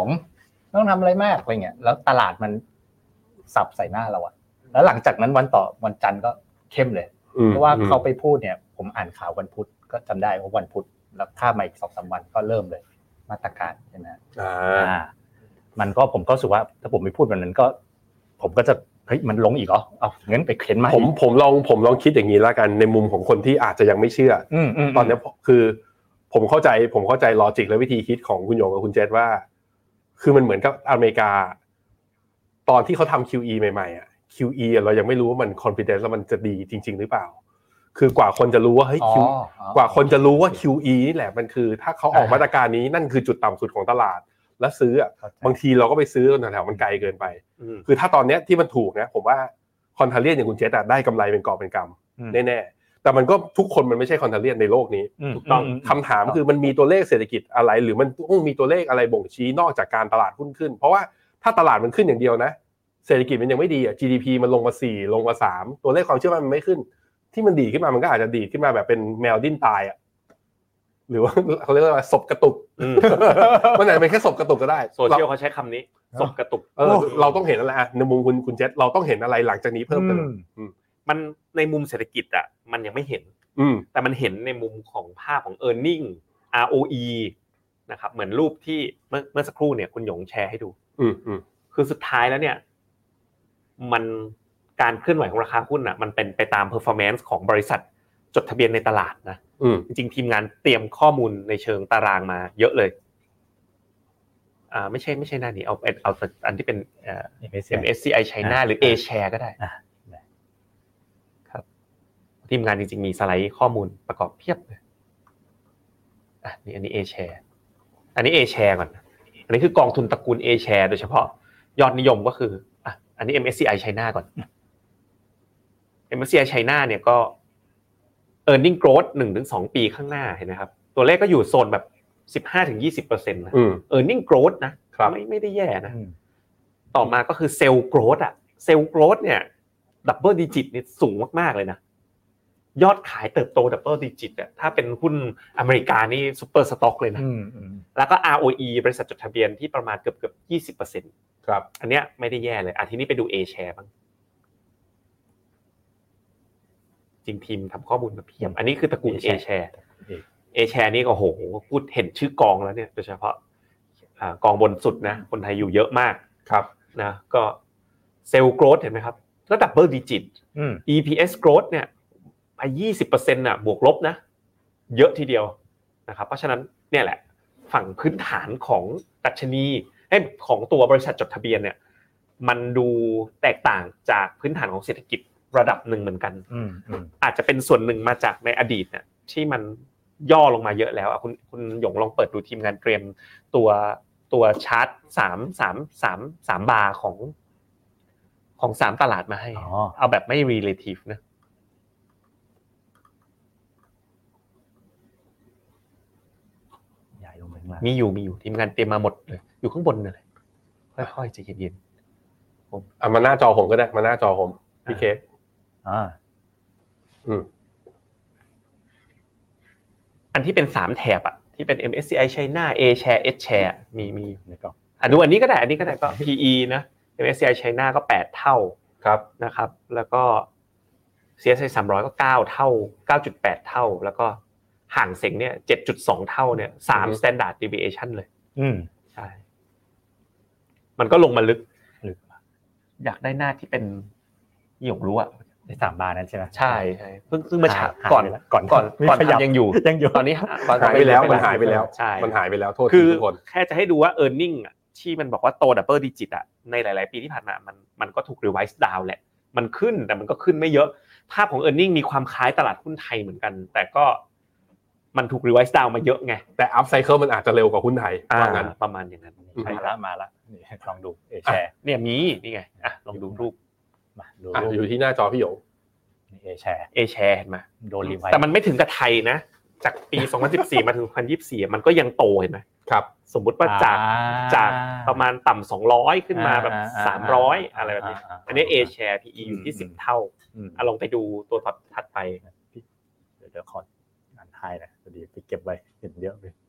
5.2 ต้องทำอะไรมากอะไรเงี้ยแล้วตลาดมันสับใส่หน้าเราแล้วหลังจากนั้นวันจันทร์ก็เข้มเลยเพราะว่าเขาไปพูดเนี่ยผมอ่านข่าววันพุธก็จำได้ว่าวันพุธแล้วข้ามมาอีก 2-3 วันก็เริ่มเลยมาตรการใช่ไหมมันก็ผมก็รู้สึกว่าถ้าผมไม่พูดวันนั้นก็ผมก็จะเฮ้ยมันลงอีกเหรอเอางั้นไปเข็นมาผมลองคิดอย่างนี้แล้วกันในมุมของคนที่อาจจะยังไม่เชื่อตอนนี้คือผมเข้าใจลอจิกและวิธีคิดของคุณโยงกับคุณเจษว่าคือมันเหมือนกับอเมริกาตอนที่เขาทำ QE ใหม่ๆQE เรายังไม่รู้ว่ามัน confidence แล้วมันจะดีจริงๆหรือเปล่าคือกว่าคนจะรู้ว่าเฮ้ยกว่าคนจะรู้ว่า QE นี่แหละมันคือถ้าเขาออกมาตรการนี้นั่นคือจุดต่ำสุดของตลาดแล้วซื้อบางทีเราก็ไปซื้อแถวๆมันไกลเกินไปคือถ้าตอนนี้ที่มันถูกนะผมว่าคอนทาเลียนอย่างคุณเจษได้กำไรเป็นกอบเป็นกำแน่ๆแต่มันก็ทุกคนมันไม่ใช่คอนทาเลียนในโลกนี้ถูกต้องคำถามคือมันมีตัวเลขเศรษฐกิจอะไรหรือมันต้องมีตัวเลขอะไรบ่งชี้นอกจากการตลาดหุ้นขึ้นเพราะว่าถ้าตลาดมันขึ้นอย่างเดียวนะเศรษฐกิจมันยังไม่ดี GDP มันลงมา4ลงมา3ตัวเลขความเชื่อมั่นมันไม่ขึ้นที่มันดีขึ้นมามันก็อาจจะดีขึ้นมาแบบเป็นแมวดิ้นตายหรือว่าเขาเรียกว่าศพกระตุกมันอาจจะเป็นแค่ศพกระตุกก็ได้โซเชียลเขาใช้คำนี้ศพกระตุกเราต้องเห็นอะไรในมุมคุณเจษเราต้องเห็นอะไรหลังจากนี้เพิ่มเติมมันในมุมเศรษฐกิจมันยังไม่เห็นแต่มันเห็นในมุมของภาพของ earning ROE นะครับเหมือนรูปที่เมื่อสักครู่เนี่ยคุณหยงแชร์ให้ดูคือสุดท้ายแล้วเนี่ยมันการเคลื่อนไหวของราคาหุ้นมันเป็นไปตาม performance ของบริษัทจดทะเบียนในตลาดนะจริงๆทีมงานเตรียมข้อมูลในเชิงตารางมาเยอะเลยไม่ใช่หน้านี้เอาอันที่เป็นMSCI China หรือ A share ก็ได้ครับทีมงานจริงๆมีสไลด์ข้อมูลประกอบเพียบเลยนี่อันนี้ A share อันนี้ A share ก่อนอันนี้คือกองทุนตระกูล A share โดยเฉพาะยอดนิยมก็คืออันนี้ MSCI China ก่อน MSCI China เนี่ยก็ earning growth 1-2 ปีข้างหน้าเห็นไหมครับตัวเลขก็อยู่โซนแบบ 15-20% นะearning growth นะไม่ได้แย่นะต่อมาก็คือ sell growth sell growth เนี่ย double digit นี่สูงมากๆเลยนะยอดขายเติบโต double digit ถ้าเป็นหุ้นอเมริกานี่ super stock เลยนะแล้วก็ ROE บริษัทจดทะเบียนที่ประมาณเกือบ 20% ครับอันเนี้ยไม่ได้แย่เลยทีนี้ไปดู A share บ้างจริงทีมทำข้อมูลมาเพียบอันนี้คือตระกูล A share นี่ก็โหพูดเห็นชื่อกองแล้วเนี่ยโดยเฉพาะกองบนสุดนะคนไทยอยู่เยอะมากครับนะก็เซลล์ growth เห็นไหมครับระดับ double digit EPS growth เนี่ยไป 20% น่ะบวกลบนะเยอะทีเดียวนะครับเพราะฉะนั้นเนี่ยแหละฝั่งพื้นฐานของดัชนีของตัวบริษัทจดทะเบียนเนี่ยมันดูแตกต่างจากพื้นฐานของเศรษฐกิจระดับหนึ่งเหมือนกันอาจจะเป็นส่วนหนึ่งมาจากในอดีตเนี่ยที่มันย่อลงมาเยอะแล้วคุณหยงลองเปิดดูทีมงานเตรียมตัวตัวชาร์ต3บาร์ของ3ตลาดมาให้เอาแบบไม่ relative นะใหญ่ลงไปมากมีอยู่ทีมงานเตรียมมาหมดเลยอยู่ข้างบนเลยค่อยๆใจเย็นๆผมมาหน้าจอผมก็ได้มาหน้าจอผมพี่เคอันที่เป็น3แถบอ่ะที่เป็น MSCI China A share H share มีในกล่องดูอันนี้ก็ได้ก็ PE นะ MSCI China ก็8เท่าครับนะครับแล้วก็ CSI 300ก็9เท่า 9.8 เท่าแล้วก็ห่างเส็งเนี่ย 7.2 เท่าเนี่ย3 standard deviation เลยใช่มันก็ลงมาลึกอยากได้หน้าที่เป็นหยงรู้อ่ะใน3บาร์นั้นใช่ไหมใช่เพิ่งมาก่อนยังอยู่ตอนนี้หายไปแล้วมันหายไปแล้วใช่มันหายไปแล้วโทษทุกคนแค่จะให้ดูว่า earning อ่ะที่มันบอกว่าโต double digit อ่ะในหลายๆปีที่ผ่านมามันก็ถูก revise down แหละมันขึ้นแต่มันก็ขึ้นไม่เยอะภาพของ earning มีความคล้ายตลาดหุ้นไทยเหมือนกันแต่ก็มันถูก revise down มาเยอะไงแต่ up cycle มันอาจจะเร็วกว่าหุ้นไทยว่างั้นประมาณอย่างนั้นมาละนี่ลองดู A share เนี่ยมีนี่ไงลองดูรูปมาดูอยู่ที่หน้าจอพี่หยง A share เห็นมั้ยโดนรีไวซ์แต่มันไม่ถึงกับไทยนะจากปี2014มาถึง2024มันก็ยังโตเห็นมั้ยครับสมมุติว่าจากประมาณต่ำ200ขึ้นมาแบบ300อะไรแบบนี้อันนี้ A share PE อยู่ที่10เท่าลองไปดูตัวถัดไปเดี๋ยวขออ่านให้นะพอดีไปเก็บไว้เห็นเยอะเลย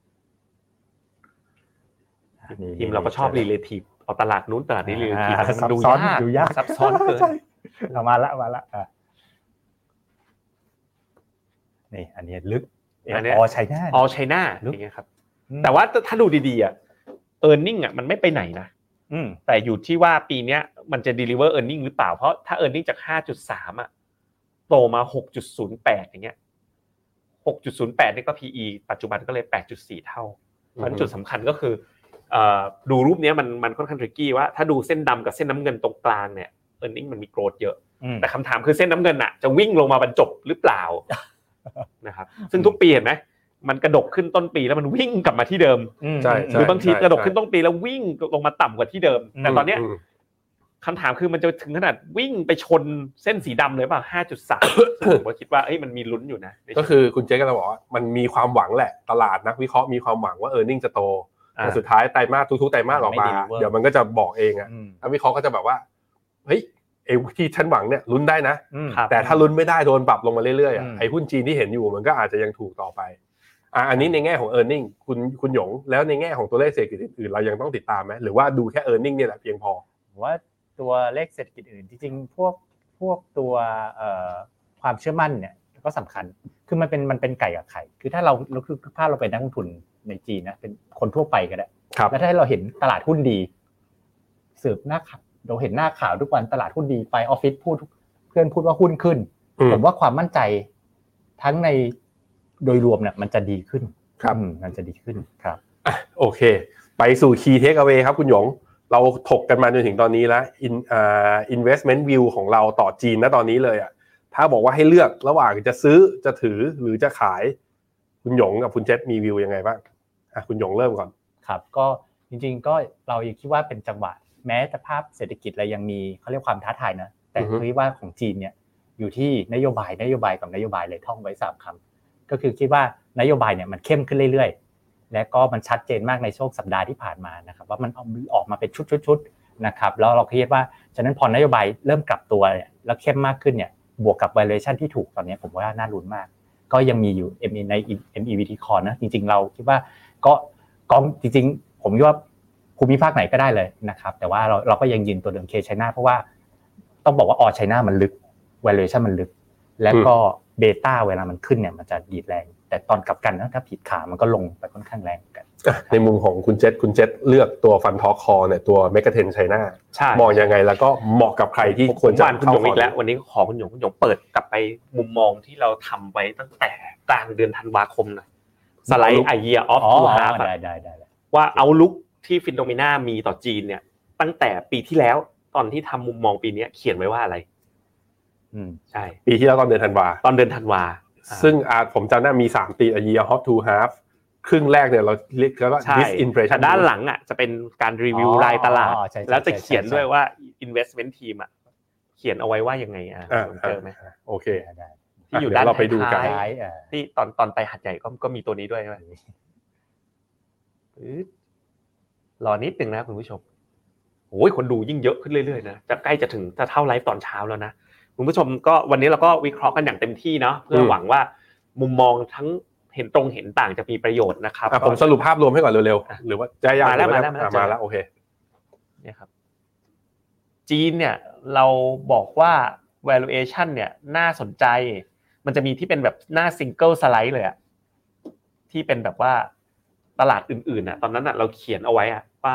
ทีมเราก็ชอบ relative เอาตลาดนู้นตลาดนี้ relative มันดูยากซับซ้อนเกินมาละนี่อันนี้ลึก all China อย่างเงี้ยครับแต่ว่าถ้าดูดีๆอ่ะ earning อ่ะมันไม่ไปไหนนะแต่อยู่ที่ว่าปีเนี้ยมันจะ deliver earning หรือเปล่าเพราะถ้า earning จาก 5.3 อ่ะโตมา 6.08 อย่างเงี้ย 6.08 นี่ก็ PE ปัจจุบันก็เลย 8.4 เท่าเพราะฉะนั้นจุดสำคัญก็คือดูรูปนี้มันค่อนข้าง tricky ว่าถ้าดูเส้นดำกับเส้นน้ำเงินตรงกลางเนี่ย earning มันมี growth เยอะแต่คำถามคือเส้นน้ำเงินน่ะจะวิ่งลงมาบรรจบหรือเปล่านะครับซึ่งทุกปีเห็นไหมมันกระดกขึ้นต้นปีแล้วมันวิ่งกลับมาที่เดิมใช่หรือบางทีกระดกขึ้นต้นปีแล้ววิ่งลงมาต่ำกว่าที่เดิมแต่ตอนเนี้ยคำถามคือมันจะถึงขนาดวิ่งไปชนเส้นสีดำเลยป่ะ 5.3 ผมก็คิดว่ามันมีลุ้นอยู่นะก็คือคุณเจ๊ก็จะบอกว่ามันมีความหวังแหละตลาดนักวิเคราะห์มีความหวังว่า earning จะโตแต่สุดท้ายไตรมาสทุกๆไตรมาสออกมาเดี๋ยวมันก็จะบอกเองอ่ะนักวิเคราะห์ก็จะแบบว่าเฮ้ยไอ้ที่ฉันหวังเนี่ยลุ้นได้นะแต่ถ้าลุ้นไม่ได้โดนปรับลงมาเรื่อยๆไอ้หุ้นจีนที่เห็นอยู่มันก็อาจจะยังถูกต่อไปอันนี้ในแง่ของ earning คุณหยงแล้วในแง่ของตัวเลขเศรษฐกิจอื่นๆเรายังต้องติดตามไหมหรือว่าดูแค่ earning เนี่ยแหละเพียงพอว่าตัวเลขเศรษฐกิจอื่นจริงๆพวกตัวความเชื่อมั่นเนี่ยก็สำคัญคือมันเป็นไก่กับไข่คือถ้าเราคือภาพเราเป็นนักลงทุนในจีนนะเป็นคนทั่วไปก็ได้แล้วถ้าเราเห็นตลาดหุ้นดีสืบหน้าเราเห็นหน้าข่าวทุกวันตลาดหุ้นดีไปออฟฟิศเพื่อนพูดว่าหุ้นขึ้นผมว่าความมั่นใจทั้งในโดยรวมเนี่ยมันจะดีขึ้นครับมันจะดีขึ้นครับโอเคไปสู่ key takeaway ครับคุณหยงเราถกกันมาจนถึงตอนนี้แล้วinvestment view ของเราต่อจีนณตอนนี้เลยอ่ะถ้าบอกว่าให้เลือกระหว่างจะซื้อจะถือหรือจะขายคุณหยงกับคุณเจษมีวิวยังไงบ้างคุณหยงเริ่มก่อนครับก็จริงๆก็เรายังคิดว่าเป็นจังหวะแม้แต่ภาพเศรษฐกิจเรายังมีเขาเรียกความท้าทายนะแต่คิดว่าของจีนเนี่ยอยู่ที่นโยบายกับนโยบายเลยท่องไว้3คำก็คือคิดว่านโยบายเนี่ยมันเข้มขึ้นเรื่อยๆและก็มันชัดเจนมากในช่วงสัปดาห์ที่ผ่านมานะครับว่ามันออกมาเป็นชุดๆนะครับแล้วเราคิดว่าฉะนั้นพอนโยบายเริ่มกลับตัวแล้วเข้มมากขึ้นเนี่ยบวกกับ valuation ที่ถูกตอนนี้ผมว่าน่าลุ้นมากก็ยังมีอยู่ ใน MEVT Core นะจริงๆเราคิดว่าก็จริงๆผมคิดว่าภูมิภาคไหนก็ได้เลยนะครับแต่ว่าเราก็ยังยืนตัวเดิม K China เพราะว่าต้องบอกว่าออ China มันลึก valuation มันลึกแล้วก็เบต้าเวลามันขึ้นเนี่ยมันจะดีดแรงแต่ตอนกลับกันนะถ้าผิดขามันก็ลงไปค่อนข้างแรงกันในมุมของคุณเจษเลือกตัวฟันทอคอเนี่ยตัวเมกะเทรนด์ไชน่ามองยังไงแล้วก็เหมาะกับใครที่ควรจะเข้าอีกแล้ววันนี้ขอคุณหยงเปิดกลับไปมุมมองที่เราทำไว้ตั้งแต่กลางเดือนธันวาคมหน่อยสไลด์ Year of Two Halves ได้ว่าเอาลุกที่ฟินโนเมนามีต่อจีนเนี่ยตั้งแต่ปีที่แล้วตอนที่ทำมุมมองปีนี้เขียนไว้ว่าอะไรใช่ปีที่แล้วตอนเดือนธันวาซึ่งผมจำได้มี3ปี A Year of Two Halves ครึ่งแรกเนี่ยเราเรียกว่า disinflation แต่ด้านหลังอ่ะจะเป็นการรีวิวรายตลาดแล้วจะเขียนด้วยว่า investment team อ่ะเขียนเอาไว้ว่ายังไงเจอไหมโอเคที่อยู่ด้านเราไปดูกันที่ตอนไปหัดใหญ่ก็มีตัวนี้ด้วยใช่ไหมรอนิดนึงนะคุณผู้ชมโอ้ยคนดูยิ่งเยอะขึ้นเรื่อยๆนะจะใกล้จะเท่าไลฟ์ตอนเช้าแล้วนะคุณผู้ชมก็วันนี้เราก็วิเคราะห์กันอย่างเต็มที่เนาะเพื่อหวังว่ามุมมองทั้งเห็นตรงเห็นต่างจะมีประโยชน์นะครับผมสรุปภาพรวมให้ก่อนเร็วๆหรือว่าจะยาวมาแล้วโอเคเนี่ยครับจีนเนี่ยเราบอกว่า valuation เนี่ยน่าสนใจมันจะมีที่เป็นแบบหน้า single slide เลยอะที่เป็นแบบว่าตลาดอื่นๆน่ะตอนนั้นน่ะเราเขียนเอาไว้อะว่า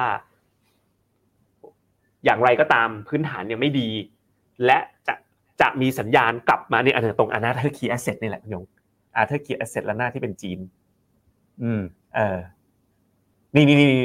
อย่างไรก็ตามพื้นฐานเนี่ยไม่ดีและจะมีสัญญาณกลับมาเนี่ยตรงArthur Key Asset นี่แหละคุณยงArthur Key Asset แล้วหน้าที่เป็นจีนนี่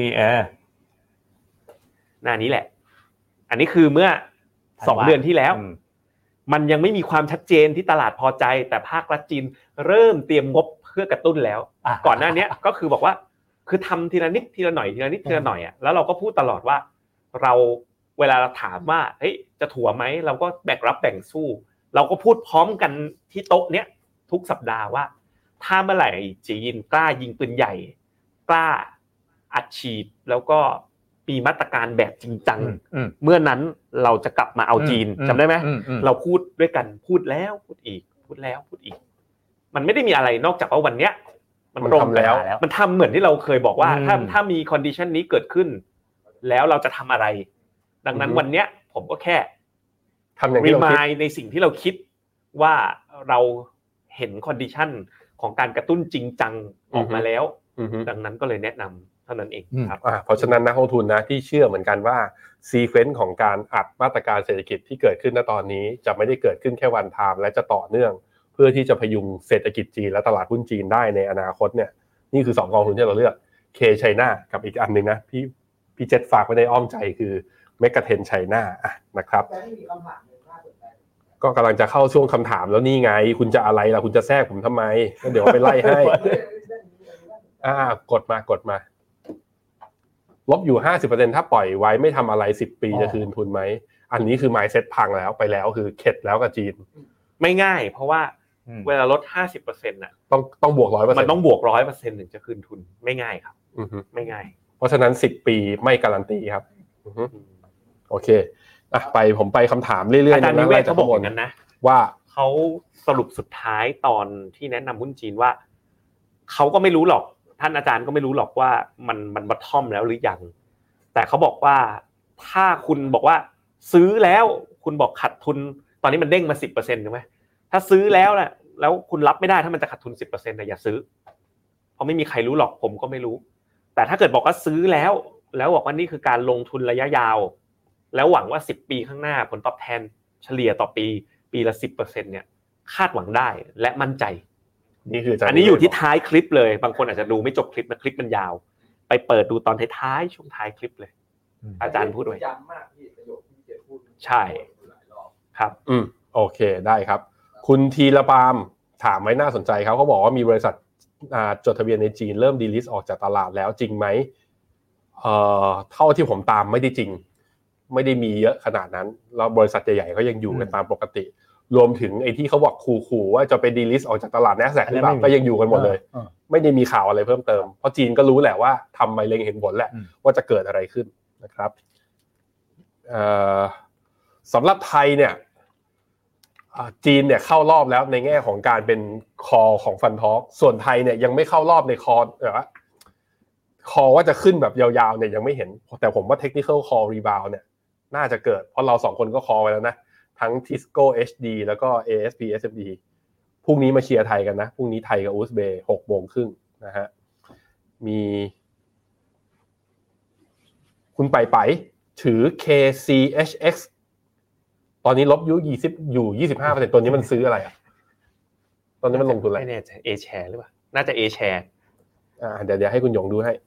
หน้านี้แหละอันนี้คือเมื่อ2เดือนที่แล้วมันยังไม่มีความชัดเจนที่ตลาดพอใจแต่ภาครัฐจีนเริ่มเตรียมงบเพื่อกระตุ้นแล้วก่อนหน้านี้ก็คือบอกว่าคือทำทีละนิดทีละหน่อยทีละนิดทีละหน่อยอ่ะแล้วเราก็พูดตลอดว่าเราเวลาเราถามว่าเฮ้ยจะถั่วไหมเราก็แบ่งรับแบ่งสู้เราก็พูดพร้อมกันที่โต๊ะเนี้ยทุกสัปดาห์ว่าถ้าเมื่อไหร่จีนกล้ายิงปืนใหญ่กล้าอัดฉีดแล้วก็มีมาตรการแบบจริงจังเมื่อนั้นเราจะกลับมาเอาจีนจำได้ไหมเราพูดด้วยกันพูดแล้วพูดอีกพูดแล้วพูดอีกมันไม่ได้มีอะไรนอกจากว่าวันเนี้ยมันตรงแล้วมันทำเหมือนที่เราเคยบอกว่าถ้ามีคอนดิชันนี้เกิดขึ้นแล้วเราจะทำอะไรดังนั้นวันเนี้ยผมก็แค่ทำอย่างที่เราคิดในสิ่งที่เราคิดว่าเราเห็นคอนดิชันของการกระตุ้นจริงจังออกมาแล้วดังนั้นก็เลยแนะนำเท่านั้นเองครับเพราะฉะนั้นนักลงทุนนะที่เชื่อเหมือนกันว่าซีเควนซ์ของการอัดมาตรการเศรษฐกิจที่เกิดขึ้นณตอนนี้จะไม่ได้เกิดขึ้นแค่วันไทม์และจะต่อเนื่องเพื่อที่จะพยุงเศรษฐกิจจีนและตลาดหุ้นจีนได้ในอนาคตเนี่ยนี่คือ2กองทุนที่เราเลือก K China กับอีกอันนึงนะพี่เจษฝากไว้ในอ้อมใจคือเมกะเทรนด์ไชน่านะครับก็กำลังจะเข้าช่วงคำถามแล้วนี่ไงคุณจะอะไรล่ะคุณจะแทรกผมทำไมก็เดี๋ยวไปไล่ให้กดมาลบอยู่ 50% ถ้าปล่อยไว้ไม่ทำอะไร10ปีจะคืนทุนไหมอันนี้คือ mindset พังแล้วไปแล้วคือเข็ดแล้วกับจีนไม่ง่ายเพราะว่าเวลาลด 50% น่ะต้องบวก 100% มันต้องบวก 100% ถึงจะคืนทุนไม่ง่ายครับไม่ง่ายเพราะฉะนั้น10ปีไม่การันตีครับโอเคผมไปคำถามเรื่อยๆอาจารย์นิเวศเขาบอกอย่างนั้นนะว่าเขาสรุปสุดท้ายตอนที่แนะนำหุ้นจีนว่าเขาก็ไม่รู้หรอกท่านอาจารย์ก็ไม่รู้หรอกว่ามันบอททอมแล้วหรือยังแต่เขาบอกว่าถ้าคุณบอกว่าซื้อแล้วคุณบอกขาดทุนตอนนี้มันเด้งมา 10% ถูกมั้ยถ้าซื้อแล้วน่ะแล้วคุณรับไม่ได้ถ้ามันจะขาดทุน 10% น่ะอย่าซื้อเพราะไม่มีใครรู้หรอกผมก็ไม่รู้แต่ถ้าเกิดบอกว่าซื้อแล้วบอกว่านี่คือการลงทุนระยะยาวแล้วหวังว่า10ปีข้างหน้าผลตอบแทนเฉลี่ยต่อปีละ 10% เนี่ยคาดหวังได้และมั่นใจนี่คืออันนี้อยู่ที่ท้ายคลิปเลยบางคนอาจจะดูไม่จบคลิปนะคลิปมันยาวไปเปิดดูตอนท้ายๆช่วงท้ายคลิปเลยอาจารย์พูดไว้ย้ำมากที่ประโยคที่เจพูดใช่ครับโอเคได้ครับคุณธีรปามถามไว้น่าสนใจเขาบอกว่ามีบริษัทจดทะเบียนในจีนเริ่มดีลิสต์ออกจากตลาดแล้วจริงไหมเท่าที่ผมตามไม่ได้จริงไม่ได้มีเยอะขนาดนั้นแล้วบริษัทใหญ่ๆเขายังอยู่กันตามปกติรวมถึงไอ้ที่เขาบอกขู่ๆว่าจะไปดีลิสต์ออกจากตลาด NASDAQ หรือเปล่าก็ยังอยู่กันหมดเลยไม่ได้มีข่าวอะไรเพิ่มเติมเพราะจีนก็รู้แหละว่าทำไปเล็งเห็นผลแหละว่าจะเกิดอะไรขึ้นนะครับสำหรับไทยเนี่ยจีนเนี่ยเข้ารอบแล้วในแง่ของการเป็นคอของฟันทอล์กส่วนไทยเนี่ยยังไม่เข้ารอบในคอว่าจะขึ้นแบบยาวๆเนี่ยยังไม่เห็นแต่ผมว่า technical call rebound เนี่ยน่าจะเกิดเพราะเรา2คนก็คอไว้แล้วนะทั้ง Tisco HD แล้วก็ ASP SMD พรุ่งนี้มาเชียร์ไทยกันนะพรุ่งนี้ไทยกับอุซเบย์ 18:30 น.นะฮะมีคุณไปถือ KCHX ตอนนี้ลบอยู่ 25% ตัวนี้มันซื้ออะไรอ่ะตอนนี้มันลงทุนอะไรไม่แน่ใจ A share หรือเปล่าน่าจะ A share เดี๋ยวให้คุณหยงดูให้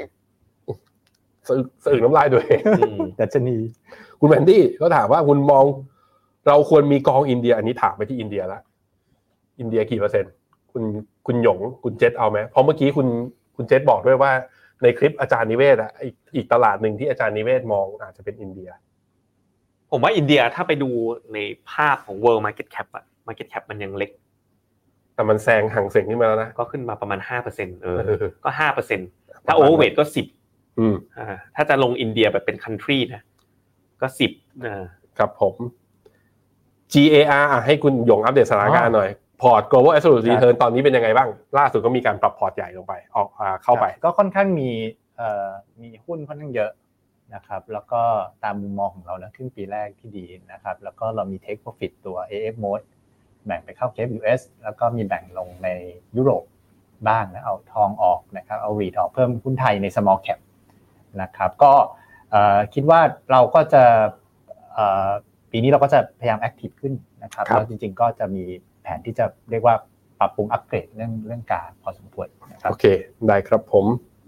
สะอึกน้ำลายด้วยดัชนีคุณแมนดี้ก็ถามว่าคุณมองเราควรมีกองอินเดียอันนี้ถามไปที่อินเดียแล้วอินเดียกี่เปอร์เซ็นต์คุณหยงคุณเจษเอาไหมเพราะเมื่อกี้คุณคุณเจษบอกด้วยว่าในคลิปอาจารย์นิเวศอ่ะอีกตลาดนึงที่อาจารย์นิเวศมองอาจจะเป็นอินเดียผมว่าอินเดียถ้าไปดูในภาพของ World Market Cap อ่ะ Market Cap มันยังเล็กแต่มันแซงหางเส็งขึ้นมาแล้วนะก็ขึ้นมาประมาณ 5% ก็ 5% ถ้า overweight ก็10ถ้าจะลงอินเดียแบบเป็น country นะก็10 ครับผม GAR ให้คุณหยงอัปเดตสถานการณ์หน่อยพอร์ต Global Absolute Return ตอนนี้เป็นยังไงบ้างล่าสุดก็มีการปรับพอร์ตใหญ่ลงไปออกเข้าไปก็ค่อนข้างมีหุ้นค่อนข้างเยอะนะครับแล้วก็ตามมุมมองของเรานะครึ่งปีแรกที่ดีนะครับแล้วก็เรามี Take Profit ตัว AF Mode แบ่งไปเข้า Cape US แล้วก็มีแบ่งลงในยุโรปบ้างนะเอาทองออกนะครับเอา REIT ออกเพิ่มหุ้นไทยใน Small Cap นะครับก็คิดว่าเราก็จะปีนี้เราก็จะพยายามแอคทีฟขึ้นนะครับแล้วจริงๆก็จะมีแผนที่จะเรียกว่าปรับปรุงอัปเกรดเรื่องการพอสมควรนะครับโอเคได้ครับผม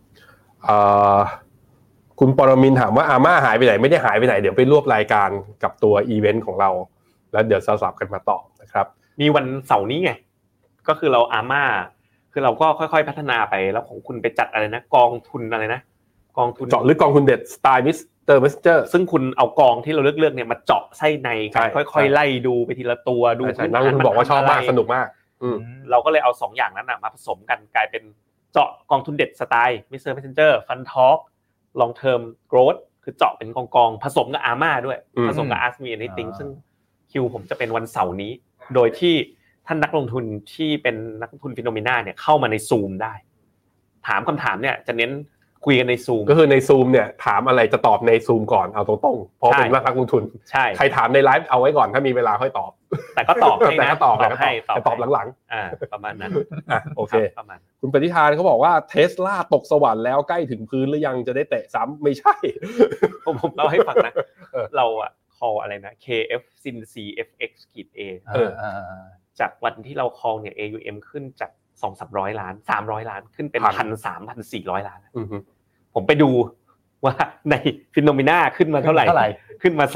คุณปรมินทร์ถามว่าอาม่าหายไปไหนไม่ได้หายไปไหนเดี๋ยวไปรวบรายการกับตัวอีเวนต์ของเราแล้วเดี๋ยวสลับกันมาตอบนะครับมีวันเสาร์นี้ไงก็คือเราอาม่าคือเราก็ค่อยๆพัฒนาไปแล้วของคุณไปจัดอะไรนะกองทุนอะไรนะกองทุนเจาะลึกกองทุนเด็ดสไตล์มิสเตอร์เมสเจอร์ซึ่งคุณเอากองที่เราเลือกเนี่ยมาเจาะไส้ในค่อยๆไล่ดูไปทีละตัวดูนักลงทุนบอกว่าชอบมากสนุกมากเราก็เลยเอา2อย่างนั้นมาผสมกันกลายเป็นเจาะกองทุนเด็ดสไตล์มิสเตอร์เมสเซนเจอร์ฟันทอล์กlong term growth คือเจาะเป็นกองผสมกับอาม่าด้วยผสมกับ Ask Me Anything ซึ่งคิวผมจะเป็นวันเสาร์นี้โดยที่ท่านนักลงทุนที่เป็นนักลงทุน Phenomena เนี่ยเข้ามาใน Zoom ได้ถามคำถามเนี่ยจะเน้นคุยกันใน Zoom ก็คือใน Zoom เนี่ยถามอะไรจะตอบใน Zoom ก่อนเอาตรงๆเพราะเป็นนักลงทุนใช่ใครถามในไลฟ์เอาไว้ก่อนถ้ามีเวลาค่อยตอบแต่ก็ตอบให้นะตอบหลังๆประมาณนั้นโอเคประมาณคุณปฏิทานเขาบอกว่า Tesla ตกสวรรค์แล้วใกล้ถึงพื้นหรือยังจะได้เตะซ้ำไม่ใช่ผมเล่าให้ฟังนะเราอะcall อะไรนะ KF Sin CFX-A จากวันที่เรา call เนี่ย AUM ขึ้นจาก 200-300 ล้าน300ล้านขึ้นเป็น 1,300-1,400 ล้านผมไปดูว่าใน Phenomena ขึ้นมาเท่าไหร่ขึ้นมา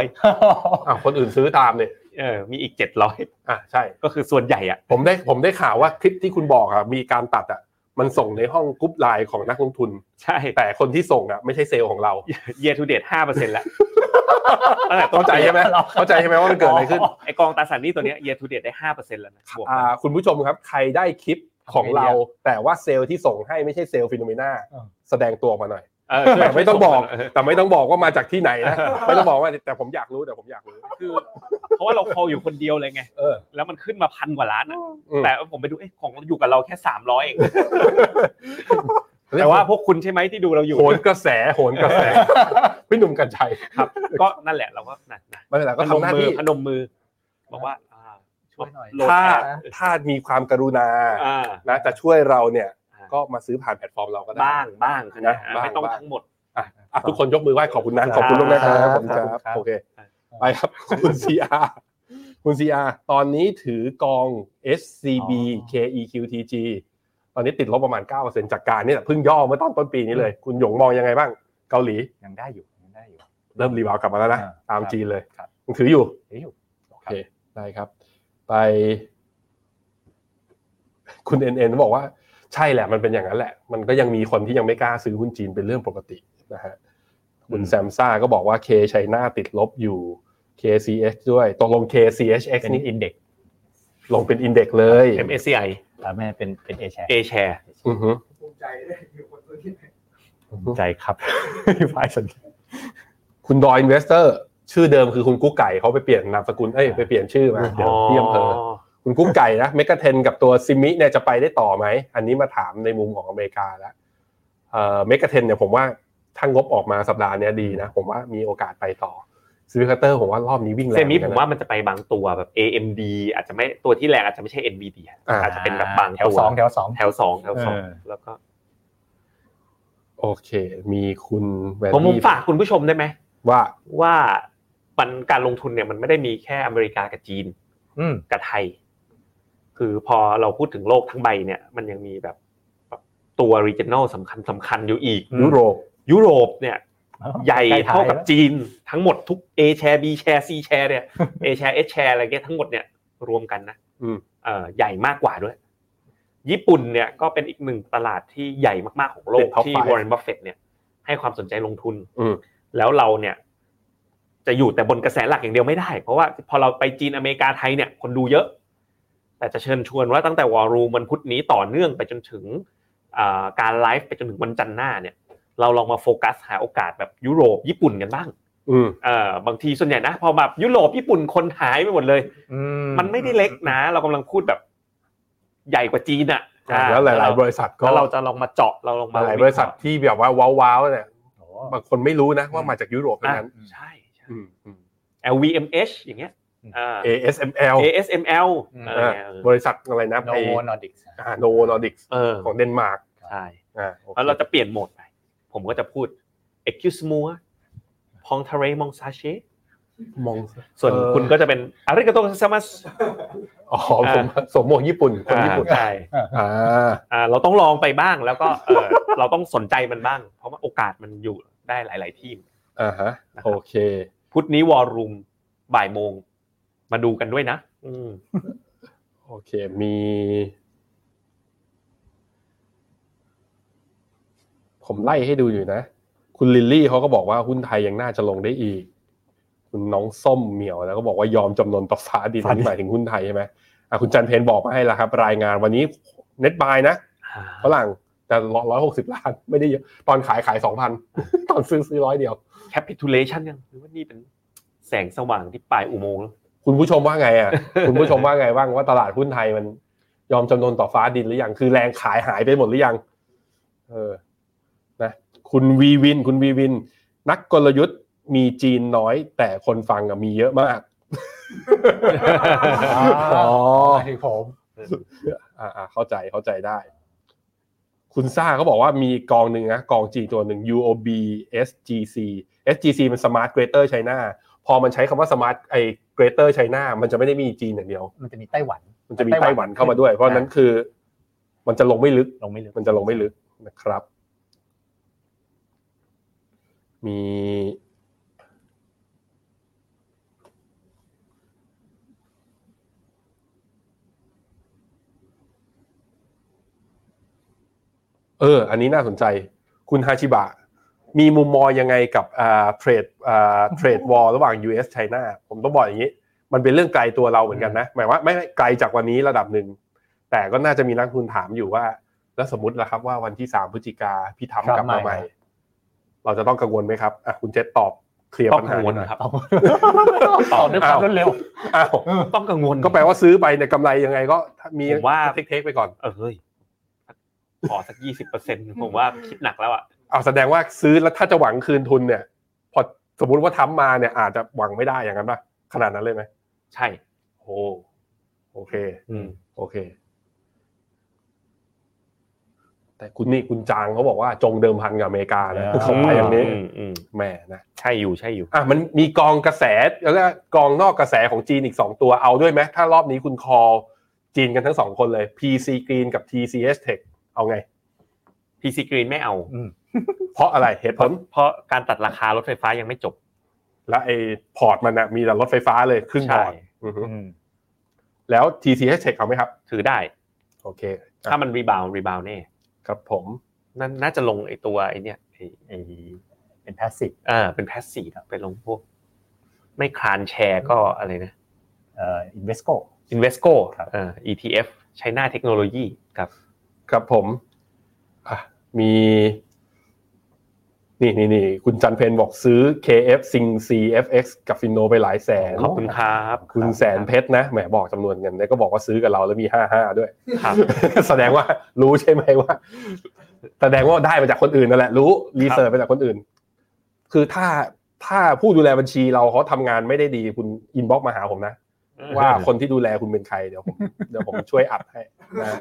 300 คนอื่นซื้อตามเนี่ยมีอีก700 ใช่ก็คือส่วนใหญ่อ่ะผมได้ข่าวว่าคลิปที่คุณบอกอ่ะมีการตัดอ่ะมันส่งในห้องกรุ๊ปไลน์ของนักลงทุนใช่แต่คนที่ส่งอ่ะไม่ใช่เซลล์ของเรา year to date 5% แล้วเข้าใจใช่ไหมว่ามันเกิดอะไรขึ้นไอกองตราสารหนี้ตัวนี้ year to date ได้ 5% แล้วนะบวกคุณผู้ชมครับใครได้คลิปของเราแต่ว่าเซลล์ที่ส่งให้ไม่ใช่เซลล์ Phenomena แสดงตัวมาหน่อยแต่ไม่ต้องบอกว่ามาจากที่ไหนนะไม่ต้องบอกว่าแต่ผมอยากรู้คือเพราะว่าเรา call อยู่คนเดียวเลยไงแล้วมันขึ้นมา1,000 กว่าล้านแต่ผมไปดูของอยู่กับเราแค่300เองแต่ว่าพวกคุณใช่ไหมที่ดูเราอยู่โหนกระแสพี่หนุ่มกัญชัยครับก็นั่นแหละเราก็ไม่เป็นไรก็ทำหน้าที่พนมมือบอกว่าช่วยหน่อยถ้ามีความกรุณานะจะช่วยเราเนี่ยก็มาซื้อผ่านแพลตฟอร์มเราก็ได้บ้างนะไม่ต้องทั้งหมดทุกคนยกมือไหว้ขอบคุณนะขอบคุณลูกนะครับขอบคุณครับโอเคไปครับคุณ CR ตอนนี้ถือกอง SCB KEQTG ตอนนี้ติดลบประมาณ 9% จากการนี่เพิ่งย่อเมื่อต้นปีนี้เลยคุณหยงมองยังไงบ้างเกาหลียังได้อยู่เริ่มรีบาวกลับมาแล้วนะตามจีนเลยยังถืออยู่โอเคได้ครับไปคุณ NN บอกว่าใช่แหละมันเป็นอย่างนั้นแหละมันก็ยังมีคนที่ยังไม่กล้าซื้อหุ้นจีนเป็นเรื่องปกตินะฮะคุณแซมซ่าก็บอกว่า K China ติดลบอยู่ KCX ด้วยตรงลง KCHX นี่อินเด็กซ์ลงเป็นอินเด็กซ์เลย MSCI แม่เป็น A share ภูมิใจได้มีคนซื้อที่ไหนภูมิใจครับฝ่ายสนคุณดอยอินเวสเตอร์ชื่อเดิมคือคุณกุ๊กไก่เขาไปเปลี่ยนนามสกุลไปเปลี่ยนชื่อมาเดี๋ยวที่อำเภอคุณกุ๊กไก่นะเมกะเทนกับตัวซิมิเนี่ยจะไปได้ต่อไหมอันนี้มาถามในมุมของอเมริกาแล้วเมกะเทนเนี่ยผมว่าถ้างบออกมาสัปดาห์นี้ดีนะผมว่ามีโอกาสไปต่อซิมิคัตเตอร์ผมว่ารอบนี้วิ่งแรงเซมิผมว่ามันจะไปบางตัวแบบ AMD อาจจะไม่ตัวที่แรงอาจจะไม่ใช่ Nvidia อาจจะเป็นแบบบางตัวแถว2 แล้วก็โอเคมีคุณแวนผมฝากคุณผู้ชมได้ไหมว่าการลงทุนเนี่ยมันไม่ได้มีแค่อเมริกากับจีนกับไทยคือพอเราพูดถึงโลกทั้งใบเนี่ยมันยังมีแบบตัว regional สำคัญอยู่อีกยุโรปเนี่ยใหญ่เท่ากับจีนทั้งหมดทุก A share B share C share เนี่ย A share S share อะไรเงี้ยทั้งหมดเนี่ยรวมกันนะใหญ่มากกว่าด้วยญี่ปุ่นเนี่ยก็เป็นอีกหนึ่งตลาดที่ใหญ่มากๆของโลกที่ Warren Buffett เนี่ยให้ความสนใจลงทุนแล้วเราเนี่ยจะอยู่แต่บนกระแสหลักอย่างเดียวไม่ได้เพราะว่าพอเราไปจีนอเมริกาไทยเนี่ยคนดูเยอะแต่จะเชิญชวนว่าตั้งแต่วอลลุ่มวันพุธนี้ต่อเนื่องไปจนถึงการไลฟ์ไปจนถึงวันจันทร์หน้าเนี่ยเราลองมาโฟกัสหาโอกาสแบบยุโรปญี่ปุ่นกันบ้างบางทีส่วนใหญ่นะพอแบบยุโรปญี่ปุ่นคนหายไปหมดเลยมันไม่ได้เล็กนะเรากำลังพูดแบบใหญ่กว่าจีนอ่ะแล้วหลายๆบริษัทก็เราจะลองมาเจาะเราลองมาหลายบริษัทที่แบบว่าว้าวๆเนี่ยบางคนไม่รู้นะว่ามาจากยุโรปเท่านั้นใช่LVMH อย่างเงี้ย ASML บริษัทอะไรนะ Novo Nordisk Novo Nordisk ของเดนมาร์กใช่แล้วเราจะเปลี่ยนโหมดไปผมก็จะพูด Excuse-moi Pontaré Monsache มองส่วนคุณก็จะเป็น Arigato gozaimasu สมมติญี่ปุ่นคนญี่ปุ่นใช่เราต้องลองไปบ้างแล้วก็เราต้องสนใจมันบ้างเพราะว่าโอกาสมันอยู่ได้หลายๆที่โอเคพุธนี้วอลลุ่มบ่ายโมงมาดูกันด้วยนะโอเคมีผมไล่ให้ดูอยู่นะคุณลิลลี่เขาก็บอกว่าหุ้นไทยยังน่าจะลงได้อีกคุณน้องส้มเหมียวแล้วก็บอกว่ายอมจำนนต่อฟ้าดินนี่หมายถึงหุ้นไทยใช่ไหมคุณจันเพนบอกมาให้แล้วครับรายงานวันนี้เน็ตบายนะฝรั่งแต่160 ล้านไม่ได้เยอะตอนขาย 2,000 ตอนซื้อ100เดียว capitulation ยังหรือว่านี่เป็นแสงสว่างที่ปลายอุโมงค์คุณผู้ชมว่าไงอ่ะ คุณผู้ชมว่าไงบ้างว่าตลาดหุ้นไทยมันยอมจำนนต่อฟ้าดินหรือยังคือแรงขายหายไปหมดหรือยังนะคุณวีวินนักกลยุทธ์มีจีนน้อยแต่คนฟังมีเยอะมากให้ผมเข้าใจได้คุณซ่าเขาบอกว่ามีกองนึงนะกองจีนตัวนึง UOB SGC มัน Smart Greater China พอมันใช้คำว่า Smart Greater China มันจะไม่ได้มีจีนอย่างเดียวมันจะมีไต้หวันเข้ามาด้วยเพราะนั้นคือมันจะลงไม่ลึกมันจะลงไม่ลึกนะครับมีอันนี้น่าสนใจคุณฮาชิบะมีมุมมองยังไงกับเทรดวอร์ระหว่าง US China ผมต้องบอกอย่างนี้มันเป็นเรื่องไกลตัวเราเหมือนกันนะหมายว่าไม่ไกลจากวันนี้ระดับหนึ่งแต่ก็น่าจะมีนักลงทุนถามอยู่ว่าแล้วสมมุติล่ะครับว่าวันที่3พฤศจิกาพี่ทำกลับมาใหม่เราจะต้องกังวลไหมครับคุณเจษตอบเคลียร์ปัญหาหน่อยครับตอบด้วยความรวดเร็วต้องกังวลก็แปลว่าซื้อไปเนี่ยกำไรยังไงก็มีว่าเทคไปก่อนเฮ้ยขอสัก 20% ผมว่าคิดหนักแล้วแสดงว่าซื้อแล้วถ้าจะหวังคืนทุนเนี่ยพอสมมุติว่าทำมาเนี่ยอาจจะหวังไม่ได้อย่างนั้นป่ะขนาดนั้นเลยไหมใช่โอเคแต่คุณจางเขาบอกว่าจงเดิมพันกับอเมริกานะเขาไปอย่างนี้แม่นะใช่อยู่มันมีกองกระแสแล้วก็กองนอกกระแสของจีนอีก2ตัวเอาด้วยไหมถ้ารอบนี้คุณคอลจีนกันทั้ง2คนเลย PC Green กับ TCS Tech เอาไง PC Green ไม่เอาเพราะอะไรเหตุผลเพราะการตัดราคารถไฟฟ้ายังไม่จบแล้วไอ้พอร์ตมันน่ะมีแต่รถไฟฟ้าเลยครึ่งพอร์ตแล้ว TCS Tech เอาไหมครับถือได้โอเคถ้ามันรีบาวด์แน่ครับผมน่าจะลงไอ้ตัวไอ้เนี่ยไอ้เป็น passive เป็น passive ไปลงพวกไม่คลานแชร์ก็อะไรนะ Invesco ครับETF China Technology ครับผมมีนี่คุณจันเพนบอกซื้อ KF Sing CFX กับฟินโนไปหลายแสนขอบคุณครับคุณแสนเพชรนะแหมบอกจำนวนเงินแล้วก็บอกว่าซื้อกับเราแล้วมี55ด้วยครับแสดงว่ารู้ใช่ไหมว่าแสดงว่าได้มาจากคนอื่นนั่นแหละรู้รีเสิร์ชมาจากคนอื่นคือถ้าผู้ดูแลบัญชีเราเขาทำงานไม่ได้ดีคุณอินบ็อกซ์มาหาผมนะว่าคนที่ดูแลคุณเป็นใครเดี๋ยวผมช่วยอัดให้นะ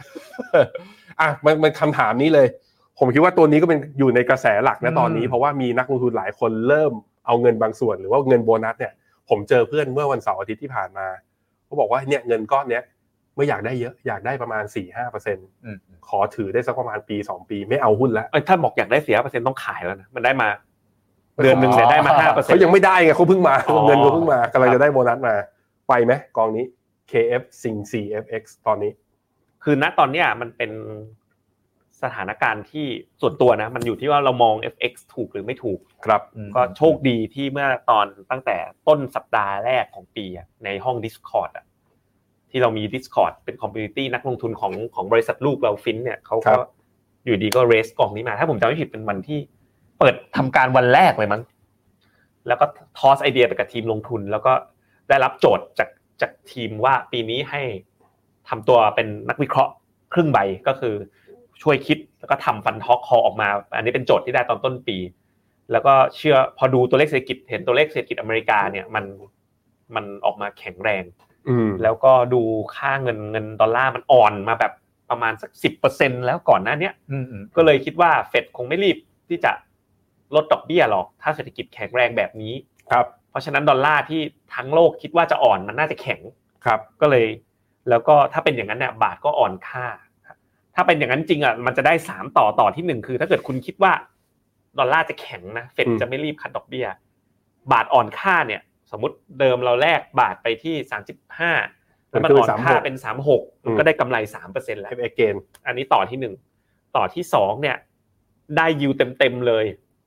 มันคำถามนี้เลยผมคิดว่าตัวนี้ก็เป็นอยู่ในกระแสหลักนะตอนนี้เพราะว่ามีนักลงทุนหลายคนเริ่มเอาเงินบางส่วนหรือว่าเงินโบนัสเนี่ยผมเจอเพื่อนเมื่อวันเสาร์อาทิตย์ที่ผ่านมาเขาบอกว่าเนี่ยเงินก้อนเนี้ยไม่อยากได้เยอะอยากได้ประมาณ 4-5% ขอถือได้สักประมาณปี2ปีไม่เอาหุ้นแล้วถ้าบอกอยากได้ 4% ต้องขายแล้วนะมันได้มาเดือนนึงเนี่ยได้มา 5% เขายังไม่ได้ไงเขาเพิ่งมาเงินเขาเพิ่งมากำลังจะได้โบนัสมาไปมั้ยกองนี้ KF Sing CFX ตอนนี้คือณตอนเนี้ยมันเป็นสถานการณ์ที่ส่วนตัวนะมันอยู่ที่ว่าเรามอง FX ถูกหรือไม่ถูกครับก็โชคดีที่เมื่อตอนตั้งแต่ต้นสัปดาห์แรกของปีในห้อง Discord ที่เรามี Discord เป็นคอมมูนิตี้นักลงทุนของบริษัทลูกเราฟินเนี่ยเขาก็อยู่ดีก็เรสกองนี้มาถ้าผมจำไม่ผิดเป็นวันที่เปิดทำการวันแรกเลยมั้งแล้วก็ทอสไอเดียไปกับทีมลงทุนแล้วก็ได้รับโจทย์จากทีมว่าปีนี้ให้ทำตัวเป็นนักวิเคราะห์ครึ่งใบก็คือช่วยคิดแล้วก็ทำฟันทอล์คคอลออกมาอันนี้เป็นโจทย์ที่ได้ตอนต้นปีแล้วก็เชื่อพอดูตัวเลขเศรษฐกิจเห็นตัวเลขเศรษฐกิจอเมริกาเนี่ยมันออกมาแข็งแรงแล้วก็ดูค่าเงินดอลลาร์มันอ่อนมาแบบประมาณสัก 10% แล้วก่อนหน้านี้ก็เลยคิดว่าเฟดคงไม่รีบที่จะลดดอกเบี้ยหรอกถ้าเศรษฐกิจแข็งแรงแบบนี้ครับเพราะฉะนั้นดอลลาร์ที่ทั้งโลกคิดว่าจะอ่อนมันน่าจะแข็งครับก็เลยแล้วก็ถ้าเป็นอย่างนั้นเนี่ยบาทก็อ่อนค่าถ้าเป็นอย่างนั้นจริงมันจะได้3ต่อที่1คือถ้าเกิดคุณคิดว่าดอลลาร์จะแข็งนะเฟดจะไม่รีบคัทดอกเบี้ยบาทอ่อนค่าเนี่ยสมมุติเดิมเราแลกบาทไปที่35แล้วมันอ่อนค่าเป็น36มันก็ได้กำไร 3% แล้ว FX gain อันนี้ต่อที่1ต่อที่2เนี่ยได้ยิวเต็มๆเลย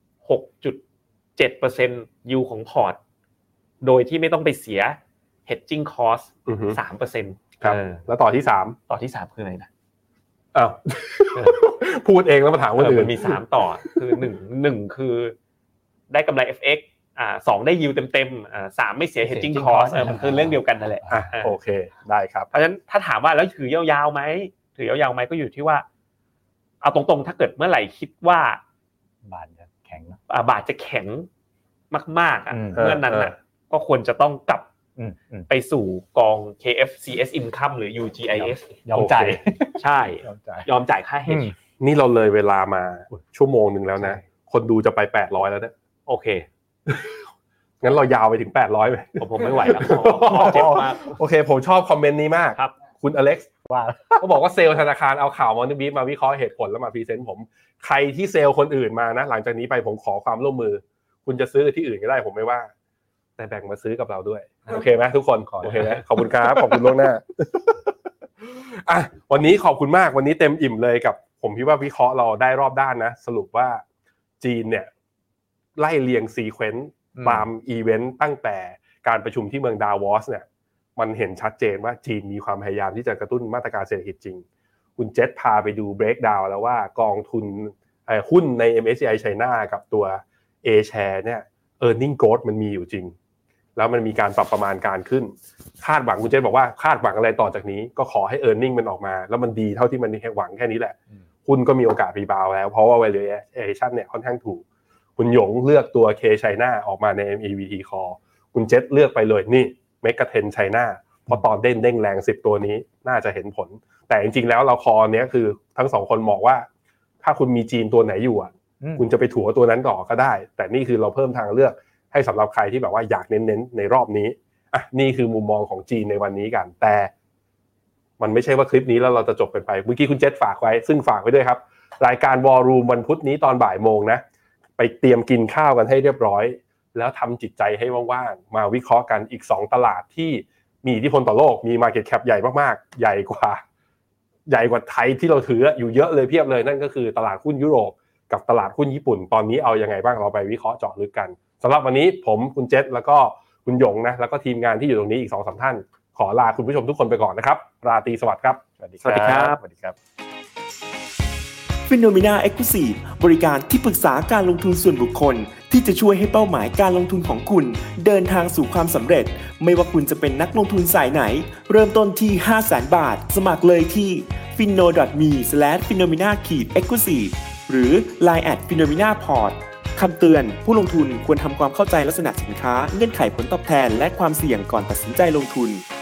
6.7% ยิวของพอร์ตโดยที่ไม่ต้องไปเสีย hedging cost 3% ครับแล้วต่อที่3 คืออะไรนะอ้าวพูดเองแล้วมาถามคนอื่นมันมี3ต่อคือ1คือได้กำไร FX 2ได้ยิวเต็มๆ3ไม่เสีย hedging cost มันคือเรื่องเดียวกันนั่นแหละโอเคได้ครับเพราะฉะนั้นถ้าถามว่าแล้วถือยาวๆมั้ยถือยาวๆมั้ยก็อยู่ที่ว่าเอาตรงๆถ้าเกิดเมื่อไหร่คิดว่าบาทจะแข็งบาทจะแข็งมากๆเมื่อนั้นน่ะก็ควรจะต้องกลับไปสู่กอง KFCS Income หรือ UGIS ยอมจ่ายใช่ยอมจ่ายค่า hedge นี่เราเลยเวลามาชั่วโมงนึงแล้วนะคนดูจะไป800แล้วเนี่ยโอเคงั้นเรายาวไปถึง800ไปผมไม่ไหวแล้วเจ็บมากโอเคผมชอบคอมเมนต์นี้มากครับคุณอเล็กซ์ว่าเขาบอกว่าเซลล์ธนาคารเอาข่าวมอนิบีฟมาวิเคราะห์เหตุผลแล้วมาพรีเซนต์ผมใครที่เซลล์คนอื่นมานะหลังจากนี้ไปผมขอความร่วมมือคุณจะซื้อที่อื่นก็ได้ผมไม่ว่าแต่แบ่งมาซื้อกับเราด้วยโอเคไหมทุกคนโอเคไหมขอบคุณครับขอบคุณล่วงหน้าวันนี้ขอบคุณมากวันนี้เต็มอิ่มเลยกับผมคิดว่าวิเคราะห์เราได้รอบด้านนะสรุปว่าจีนเนี่ยไล่เรียงซีเควนซ์ตามอีเวนต์ตั้งแต่การประชุมที่เมืองดาวอสเนี่ยมันเห็นชัดเจนว่าจีนมีความพยายามที่จะกระตุ้นมาตรการเศรษฐกิจจริงคุณเจษพาไปดูเบรกดาวน์แล้วว่ากองทุนหุ้นใน MSCI China กับตัว A share เนี่ย earning growth มันมีอยู่จริงแล้วมันมีการปรับประมาณการขึ้นคาดหวังคุณเจษบอกว่าคาดหวังอะไรต่อจากนี้ก็ขอให้ earning มันออกมาแล้วมันดีเท่าที่มันหวังแค่นี้แหละหุ้นก็มีโอกาสรีบาวด์แล้วเพราะว่า valuation เนี่ยค่อนข้างถูกคุณหยงเลือกตัว K China ออกมาใน MEVT Call คุณเจษเลือกไปเลยนี่เมกะเทรนด์ไชน่าเพราะตอนเด้งแรง10ตัวนี้น่าจะเห็นผลแต่จริงๆแล้วเราคอเนี้ยคือทั้ง2คนบอกว่าถ้าคุณมีจีนตัวไหนอยู่คุณจะไปถัวตัวนั้นต่อก็ได้แต่นี่คือเราเพิ่มทางเลือกให้สำหรับใครที่แบบว่าอยากเน้นๆในรอบนี้นี่คือมุมมองของจีนในวันนี้กันแต่มันไม่ใช่ว่าคลิปนี้แล้วเราจะจบกันไปเมื่อกี้คุณเจษฝากไว้ซึ่งฝากไว้ด้วยครับรายการวอลลุ่มวันพุธนี้ตอนบ่ายโมงนะไปเตรียมกินข้าวกันให้เรียบร้อยแล้วทำจิตใจให้ว่างๆมาวิเคราะห์กันอีก2ตลาดที่มีอิทธิพลต่อโลกมี market cap ใหญ่มากๆใหญ่กว่าไทยที่เราถืออยู่เยอะเลยเพียบเลยนั่นก็คือตลาดหุ้นยุโรปกับตลาดหุ้นญี่ปุ่นตอนนี้เอายังไงบ้างเราไปวิเคราะห์เจาะลึกกันสำหรับวันนี้ผมคุณเจษแล้วก็คุณหยงนะแล้วก็ทีมงานที่อยู่ตรงนี้อีก 2-3 ท่านขอลาคุณผู้ชมทุกคนไปก่อนนะครับราตรีสวัสดิ์ครับสวัสดีครับ Phenomena Exclusive บริการที่ปรึกษาการลงทุนส่วนบุคคลที่จะช่วยให้เป้าหมายการลงทุนของคุณเดินทางสู่ความสำเร็จไม่ว่าคุณจะเป็นนักลงทุนสายไหนเริ่มต้นที่ 500,000 บาทสมัครเลยที่ finno.me/phenomena-exclusive หรือ Line @phenomena-port คำเตือนผู้ลงทุนควรทำความเข้าใจลักษณะสินค้าเงื่อนไขผลตอบแทนและความเสี่ยงก่อนตัดสินใจลงทุน